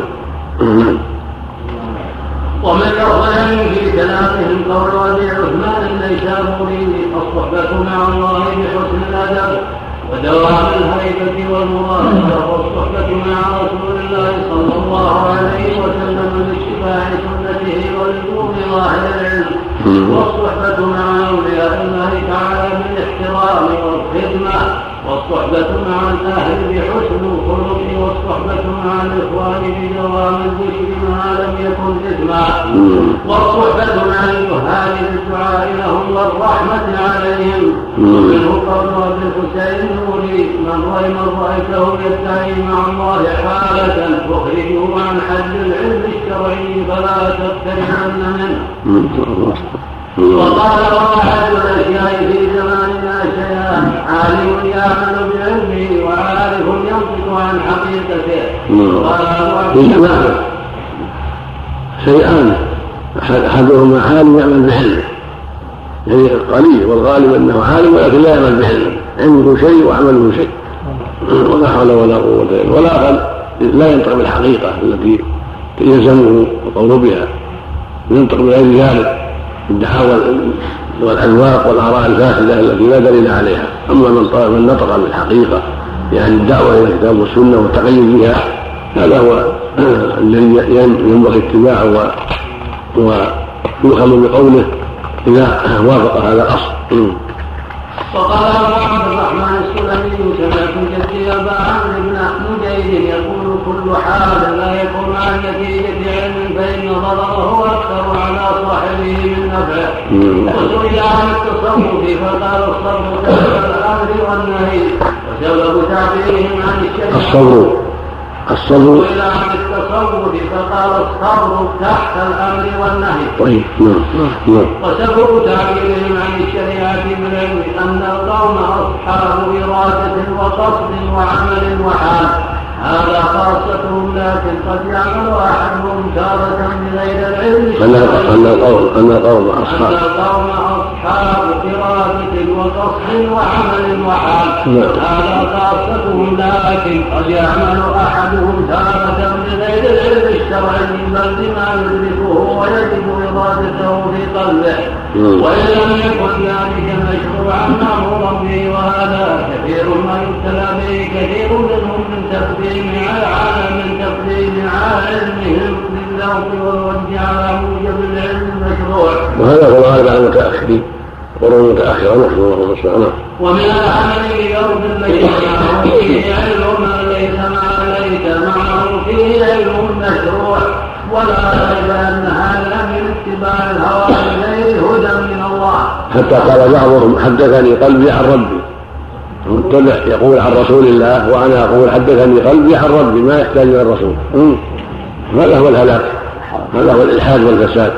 ومن يظلم في كلامهم قول أبي عثمان النيسابوري الصحبة مع الله بحسن الأدب ودوام الهيبة والمراقبة والصحبة مع رسول الله صلى الله عليه وسلم باتباع سنته ولزوم ظاهر العلم والصحبة مع أولياء الله تعالى بالاحترام والخدمة والصحبة مع الأهل بحسن الخلق والصحبة مع الإخوان بدوام الذكر ما لم يكن إثما والصحبة مع الجهال بالدعاء لهم والرحمة عليهم ومنه قول أبي الحسين نوري من رأيته يدعي مع الله حالة تخرجه عن حد العلم الشرعي فلا تقتربن منه. وقال واحد الأشياء في زماننا شيئان عالم يعمل بعلمه وعارف ينطق عن حقيقته. شيئان أحدهما عالم يعمل بعلمه يعني قليل والغالب أنه عالم ولكن لا يعمل بعلمه عنده شيء وعمله شيء ولا حول ولا قوة إلا بالله ولا لا ينطق بالحقيقة التي يلزمه القول بها ينطق بغير ذلك الدعاوى والأذواق والآراء الفاسدة التي لا دليل عليها. أما من طلب من نطق بالحقيقة يعني الدعوة إلى الكتاب والسنة والتقيد بها هذا هو الذي ينبغي اتباعه ويؤخذ بقوله إذا وافق هذا الأصل. وقال أبو عبد الرحمن السلمي سمعت جدي أبا عمرو بن نجيد يقول كل حال لا يكون عن نتيجة علم فإن ضرره أكثر على صاحبه من نفعه. وسئل عن التصوف فقال الصبر تحت الأمر والنهي وسبب تعبيرهم عن الشريعة الصبر الصبر وسئل عن التصوف فقال الصبر تحت الأمر والنهي. طيب نعم. وسبب تعبيرهم عن الشريعة بالعلم أن القوم أصحاب إرادة وقصد وعمل وحال هذا خاصتهم لكن قد يعمل أحدهم تارة بغير العلم أن القوم أن القوم أصحاب أصحاب إرادة وقصد وعمل وحال هذا خاصتهم لكن قد يعمل أحدهم تارة بغير العلم الشرعي بل بما يدركه ويجب إرادته في قلبه وإن لم يكن ذلك مشروعا مأمورا به وهذا كثير ما يبتلى به كثير منهم من تقديم على من تقديم على علمهم للذوق والوجه على موجب العلم المشروع. وهذا هو الغالب على المتأخرين قرون متأخرة نحن الله سبحانه. ومن العمل بفرض البيت معه فيه علم ما ليس ما ليس معه فيه علم مشروع ولا ريب أن هذا من اتباع الهوى إليه هدى من الله. حتى قال بعضهم حدثني قلبي عن ربي متبع يقول عن رسول الله وأنا أقول حدثني قلبي عن ربي ما يحتاج إلى الرسول. هذا هو الهلاك هذا هو الإلحاد والفساد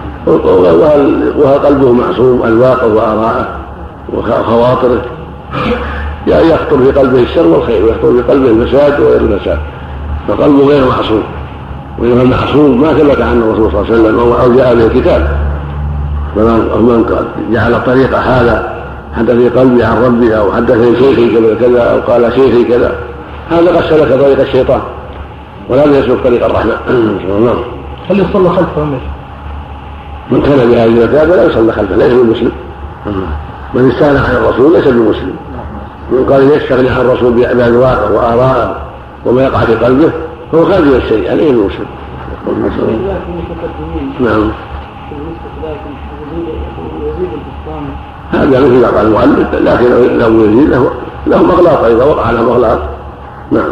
وقلبه معصوم الواقع وآراءه وخواطره يعني يخطر في قلبه الشر والخير ويخطر في قلبه الفساد وغير الفساد فقلبه غير معصوم وإنما المعصوم ما ثبت عن الرسول صلى الله عليه وسلم أو جاء به الكتاب فمن جعل الطريقة هذا حدث في قلبي عن ربي أو حدث شيخي كذا أو قال شيخي كذا هذا قد سلك طريق الشيطان ولا يسلك طريق الرحمن. هل يصلى خلفه من كان بهذه المثابة لا يصلى خلفه ليس بمسلم. من استغنى عن الرسول ليس بمسلم. من قال يستغني عن الرسول بأذواقه وآراءه وما يقع في قلبه فهو خارج من الشريعة ليس بمسلم. نعم هذا مثل ما قال المؤلف لكن لو يزيد له له مغلاط إذا وقع على مغلاط. نعم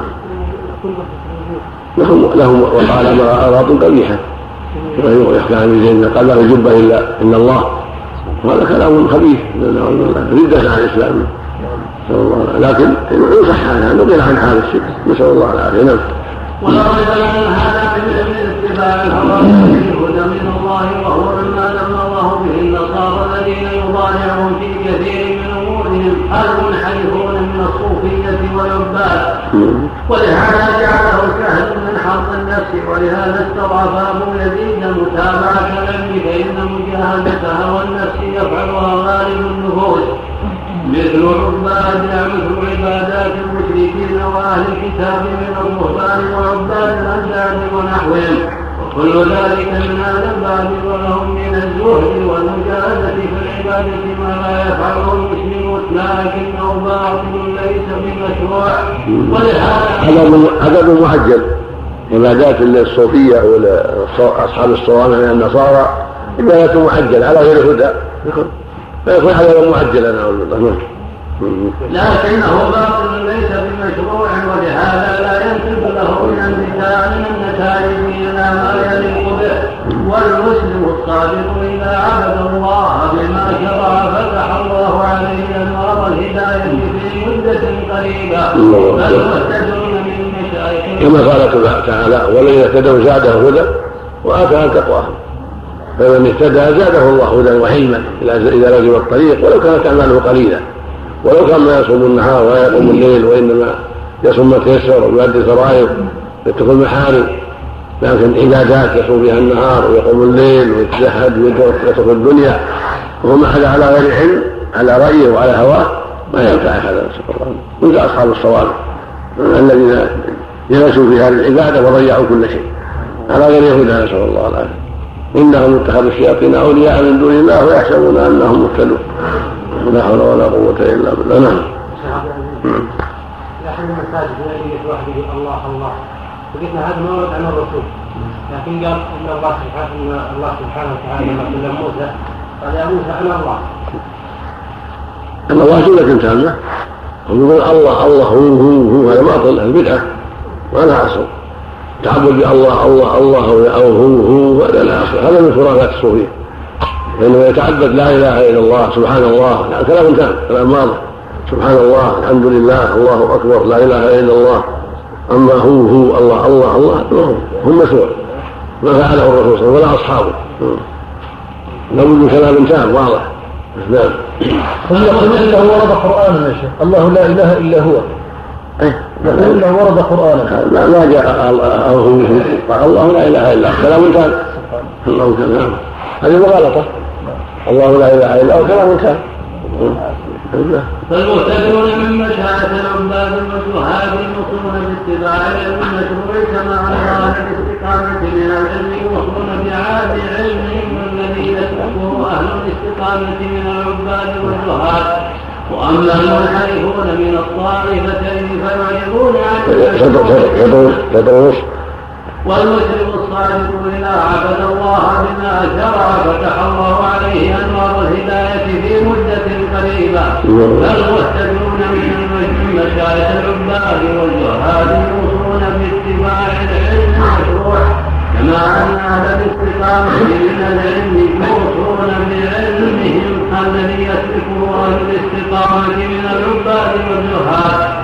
لهم لهم وقع على مغلاط قبيحة يحكى عن زيد قال لا يجب إلا إن الله وهذا كلام خبيث ردة عن الإسلام لكن يصح عنها نقل عن حال الشرك نسأل الله العافية. نعم ولا ريب أن هذا من اتباع الهوى هدى من الله وهو مما لم الله به النصارى الذين يضارعون في كثير من أمورهم المنحرفون من الصوفية والعباد ولهذا جعله سهل من حظ النفس ولهذا استضعف أبو يزيد متابعة العلم فإن مجاهدة هوى النفس يفعلها غالب النفوس مثل عباد مثل عبادات المشركين واهل الكتاب من الرهبان وعباد الانداد ونحوهم وكل ذلك من هذا الباب ولهم من الزهد والمجاهده في العباده ما لا يفعله المسلمون لكنه باطل ليس بمشروع. ولهذا هذا معجل عبادات الصوفيه واصحاب الصوامع من النصارى عبادات معجل على غير هدى فيكون هذا معجلا. نعوذ بالله. لكنه باطل ليس بمشروع، ولهذا لا ينسب له من النتائج من النتائج إلى ما يليق به. والمسلم الصادق إذا عبد الله بما شرع فتح الله عليه أنوار الهداية في مدة قريبة، فالمهتدون من مشايخ كما قال تعالى: والذين اهتدوا زادهم هدى وآتاهم تقواهم. فمن اهتدى زاده الله هدى وعلما إذا لزم الطريق، ولو كانت أعماله قليلة، ولو كان ما يصوم النهار ولا يقوم الليل، وإنما يصوم ما تيسر ويؤدي الفرائض ويترك المحارم، لكن عبادات يصوم بها النهار ويقوم الليل ويتزهد ويترك الدنيا وهو ما حدا على غير علم، على رأيه وعلى هواه، ما ينفع هذا. نسأل الله. وانت أصحاب الصواب الذين جلسوا في هذه العبادة وضيعوا كل شيء على غير هدى، نسأل الله العافية. إنهم اتخذوا الشياطين أولياء من دون الله ويحسبون أنهم مهتدون، لا حول ولا قوة إلا بالله. نعم. لكن المساجد التي وحده الله الله، فقلنا هذا ما ورد عن الرسول، لكن قال ان الله سبحانه ان الله سبحانه وتعالى لما كلم موسى قال يا موسى انا الله. ان الله جملة تامة، ويقول الله الله هو هو هو، هذا باطل، البدعة ولا أصل. تعبد بالله الله الله او هو هو، هذا لا أصل، هذا من خرافات الصوفية. فإنه يتعبد لا إله إلا الله سبحان الله، يعني كلام تام، كلام واضح، سبحان الله الحمد لله الله أكبر لا إله إلا الله. أما هو هو الله الله الله هم مشروع ما فعله الرسول صلى الله عليه وسلم ولا أصحابه. لابد كلام تام واضح. نعم. هم يقولون انه ورد قرانا يا شيخ، الله لا اله الا هو. يقولون انه ورد قرانا. لا ما جاء الله الله لا اله الا هو، كلام تام. الله كلام هذه مغالطه. الله لا اله الا هو كلام تام. فالمهتدون من مشايخ العباد والزهاد الموصون باتباع العلم المشروع كما على الاستقامة من العلم يوصون بعاد علمهم الذي يتركه أهل الاستقامة من العباد والزهاد. وأما المنحرفون من الطائفتين فيعرضون عن والمسلم الصادق إذا عبد الله بما شرع فتح الله عليه أنوار الهداية في مدة قريبة. فالمهتدون من مشايخ العباد والزهاد يوصون باتباع العلم المشروع كما أن أهل الاستقامة من العلم يوصون بعلمهم الذي يسلكه أهل الاستقامة من العباد والزهاد.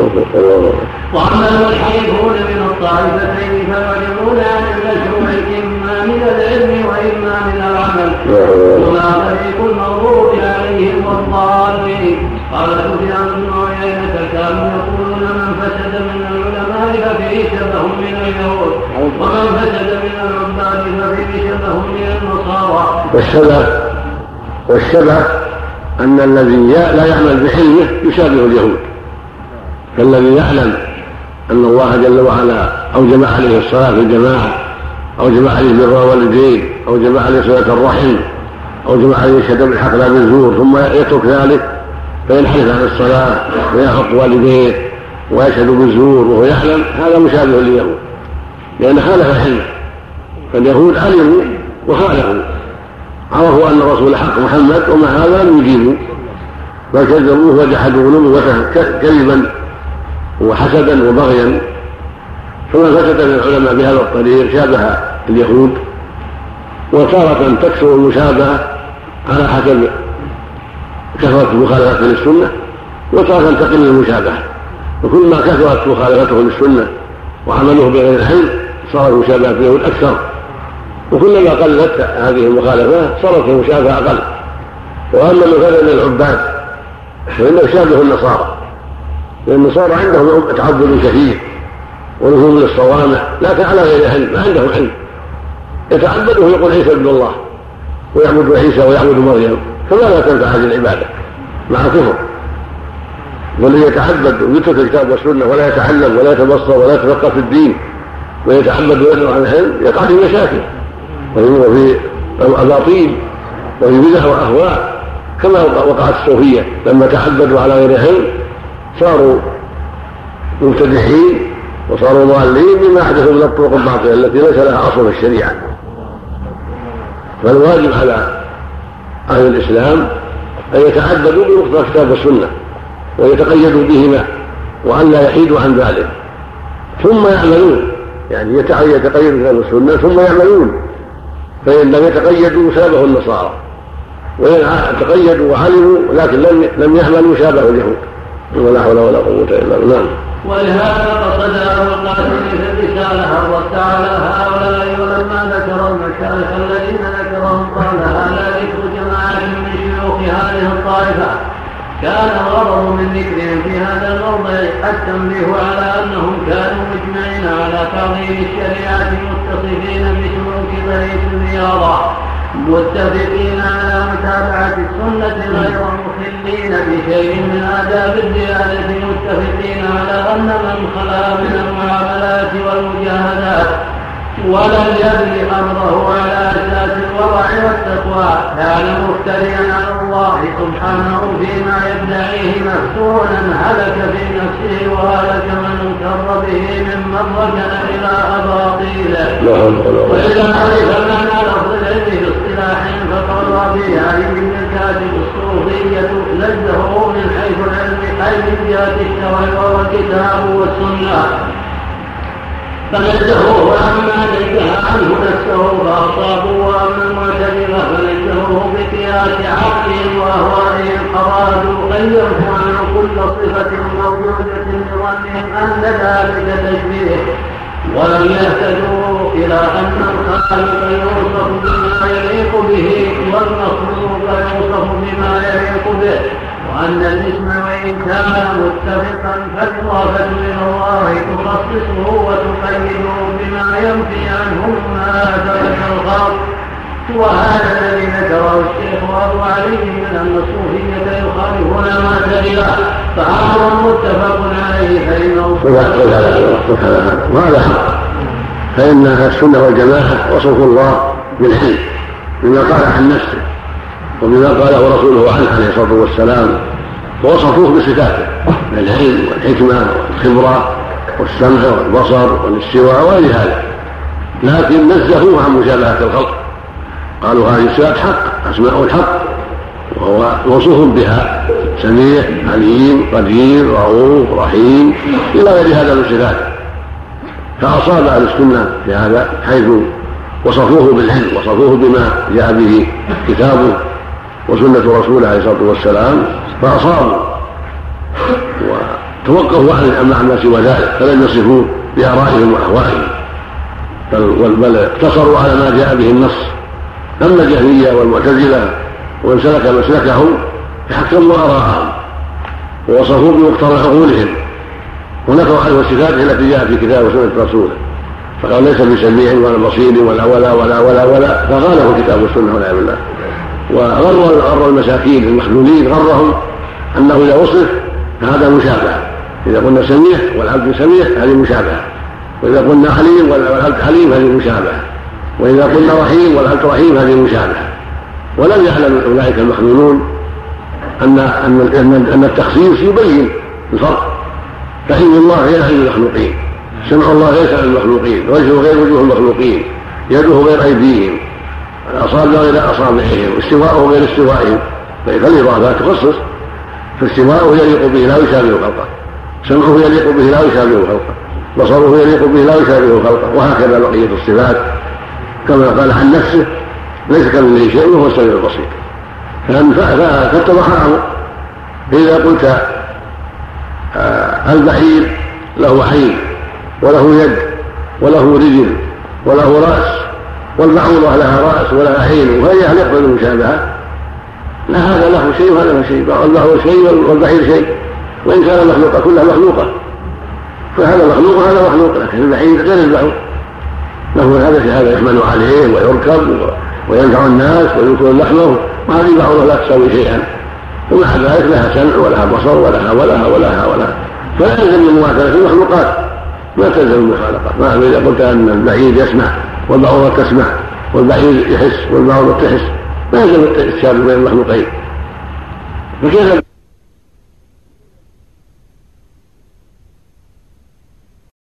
وأما المنحرفون من الطائفتين فيعرضون عن المشروع إما من العلم وإما من العمل، وما طريق المغضوب عليهم والضالين. قال سفيان بن عيينة كانوا يقولون من فسد من العلماء ففيه شبه من اليهود، ومن فسد من العباد ففيه شبه من النصارى. والشبه والشبه أن الذي لا يعمل بعلمه يشابه اليهود، فالذي يعلم أن الله جل وعلا أوجب عليه الصلاة في الجماعة، أوجب عليه بر والدين، أوجب عليه صلة الرحم، أوجب عليه الشهادة بالحق لا بالزور، ثم يترك ذلك فينحرف عن الصلاة ويعق والديه ويشهد بالزور وهو يعلم، هذا مشابه لليهود لأن خالف علمه. فاليهود علموا وخالفوا، عرفوا أن الرسول حق محمد ومع هذا لم يجيبوا بل كذبوه وجحدوا نبوته كذبا وحسدا وبغيا. فمن فسد من العلماء بهذا الطريق شابه اليهود، وتارة تكثر المشابهة على حسب كثرة مخالفته للسنة، وتارة تقل المشابهة، وكل ما كثرت مخالفته للسنة وعمله بغير العلم صارت مشابهة اليهود أكثر، وكلما قلت هذه المخالفات صارت المشابهة أقل. وأما من فسد العباد فإنه شابه النصارى، لأن النصارى عندهم تعبد كثير ولزوم للصوامع، لكن على غير علم، ما عندهم علم، يتعبد ويقول عيسى ابن الله ويعبد عيسى ويعبد مريم، فماذا تنفع هذه العبادة مع كفر؟ والذي يتعبد ويترك الكتاب والسنة ولا يتعلم ولا يتبصر ولا يتفقه في الدين ويتعبد ويدعو عن العلم يقع في مشاكل وفي أباطيل وفي بدع وأهواء، كما وقعت الصوفية لما تعبدوا على غير علم صاروا مبتدعين وصاروا ضالين بما حدثوا من الطرق الباطلة التي ليس لها أصل في الشريعة. فالواجب على أهل الإسلام أن يتعبدوا بمقتضى الكتاب والسنة ويتقيدوا بهما وأن لا يحيدوا عن ذلك، ثم يعملون، يعني يتقيدوا بكتاب السنة ثم يعملون، فإن لم يتقيدوا شابه النصارى، وإن تقيدوا وعلموا لكن لم لم يعملوا شابه اليهود، ولا حول ولا قوة إلا بالله. ولهذا قصد أبو القاسم في الرسالة الرد على هؤلاء، ولما ذكر المشايخ الذين ذكرهم قال هذا ذكر جماعة من شيوخ هذه الطائفة، كان الغرض من ذكرهم في هذا الموضع التنبيه على أنهم كانوا مجمعين على تعظيم الشريعة متصفين بسلوك طريق الرياضة، متفقين على متابعة السنة غير مخلين بشيء من آداب الزيادة، متفقين على أن من خلا من المعاملات والمجاهدات ولم يبني أمره على أساس الورع والتقوى كان مفتريا على الله سبحانه فيما يدعيه مفتونا، هلك في نفسه وهلك من كر به ممن ركن إلى أباطيله. وإذا عرف معنى لفظ العلم باصطلاح فقد ربي علي بن الكاتب الصوفية لزه من حيث العلم أي من جهة الشرع والكتاب والسنة، فنزهوه عما نزه عنه نفسه فأصابوا، وأما المعتزلة فنزهوه بقياس عقلهم وأهوائهم، أرادوا أن يرفعوا عن كل صفة موجودة بظنهم أن ذلك تشبيه، ولم يهتدوا إلى أن الخالق يوصف بما يليق به والمخلوق يوصف بما يليق به، وأن الاسم وإن كان متفقا فالإضافة إلى الله تخصصه وتقيده بما ينفي عنه ما ترك الخلق. وهذا الذي ذكره الشيخ أبو علي من أن الصوفية يخالفون المعتزلة فأمر متفق عليه فإنه وهذا حق، فإن السنة والجماعة وصفوا الله بالعلم بما قال عن نفسه وبما قاله رسوله عنه عليه الصلاة والسلام، ووصفوه بصفاته العلم والحكمة والخبرة والسمع والبصر والاستواء وغير هذا، لكن نزهوه عن مشابهة الخلق، قالوا هذه الصفات حق، أسماء الحق وهو موصوف بها سميع عليم قدير رؤوف رحيم إلى غير هذا من صفات، فأصاب أهل السنة في هذا حيث وصفوه بالعلم، وصفوه بما جاء به كتابه وسنة رسوله عليه الصلاة والسلام، فأصابوا وتوقفوا عن عما سوى ذلك، فلم يصفوا بآرائهم وأهوائهم، بل اقتصروا على ما جاء به النص. أما الجهمية والمعتزلة ومن سلك مسلكهم فحكموا آراءهم ووصفوا بمقتضى عقولهم ونكروا عنه الصفات التي جاءت في كتاب وسنة رسوله، فقال ليس بسميع ولا بصير ولا ولا ولا ولا ولا فغاله الكتاب والسنة والعياذ بالله. وغر غر المساكين المخذولين غرهم أنه إذا وصف فهذا مشابهة، إذا قلنا سميع والعبد سميع هذه مشابهة، وإذا قلنا عليم والعبد عليم هذه مشابهة، وإذا قلنا رحيم والعبد رحيم هذه مشابهة. ولم يعلم أولئك المخذولون أن أن أن التخصيص يبين الفرق، فعلم الله غير علم المخلوقين، سمع الله غير سمع المخلوقين، وجهه غير وجوه المخلوقين، يده غير أيديهم، الأصابع غير أصابعهم، استواءه غير استوائهم، فالإضافة تخصص، فاستواءه يليق به لا يشابه خلقه، سمعه يليق به لا يشابه خلقه، بصره يليق به لا يشابه خلقه، وهكذا بقية الصفات كما قال عن نفسه ليس كمثله شيء وهو السميع البصير. فاتضح الأمر. إذا قلت آه البعير له عين وله يد وله رجل وله رأس، والبعوضة لها رأس ولها عين وهي يخلق بالمشابهة، لا هذا له شيء وهذا له شيء، الله شيء والبعير شيء، وإن كان مخلوقة كلها مخلوقة، فهذا مخلوق وهذا مخلوق، لكن البعير غير البعوض، له هذا هذا يحمل عليه ويركب وينفع الناس ويأكل لحمه، وهذه البعوضة لا تساوي شيئا، ومع ذلك لها سمع ولها بصر ولها ولها ولها ولها، فلا يلزم المماثلة في المخلوقات، ما تلزم المخالقة. ما إذا قلت أن البعير يسمع والبعوضة تسمع والبعير يحس والبعوضة تحس، ما يلزم التشابه بين المخلوقين، فكيف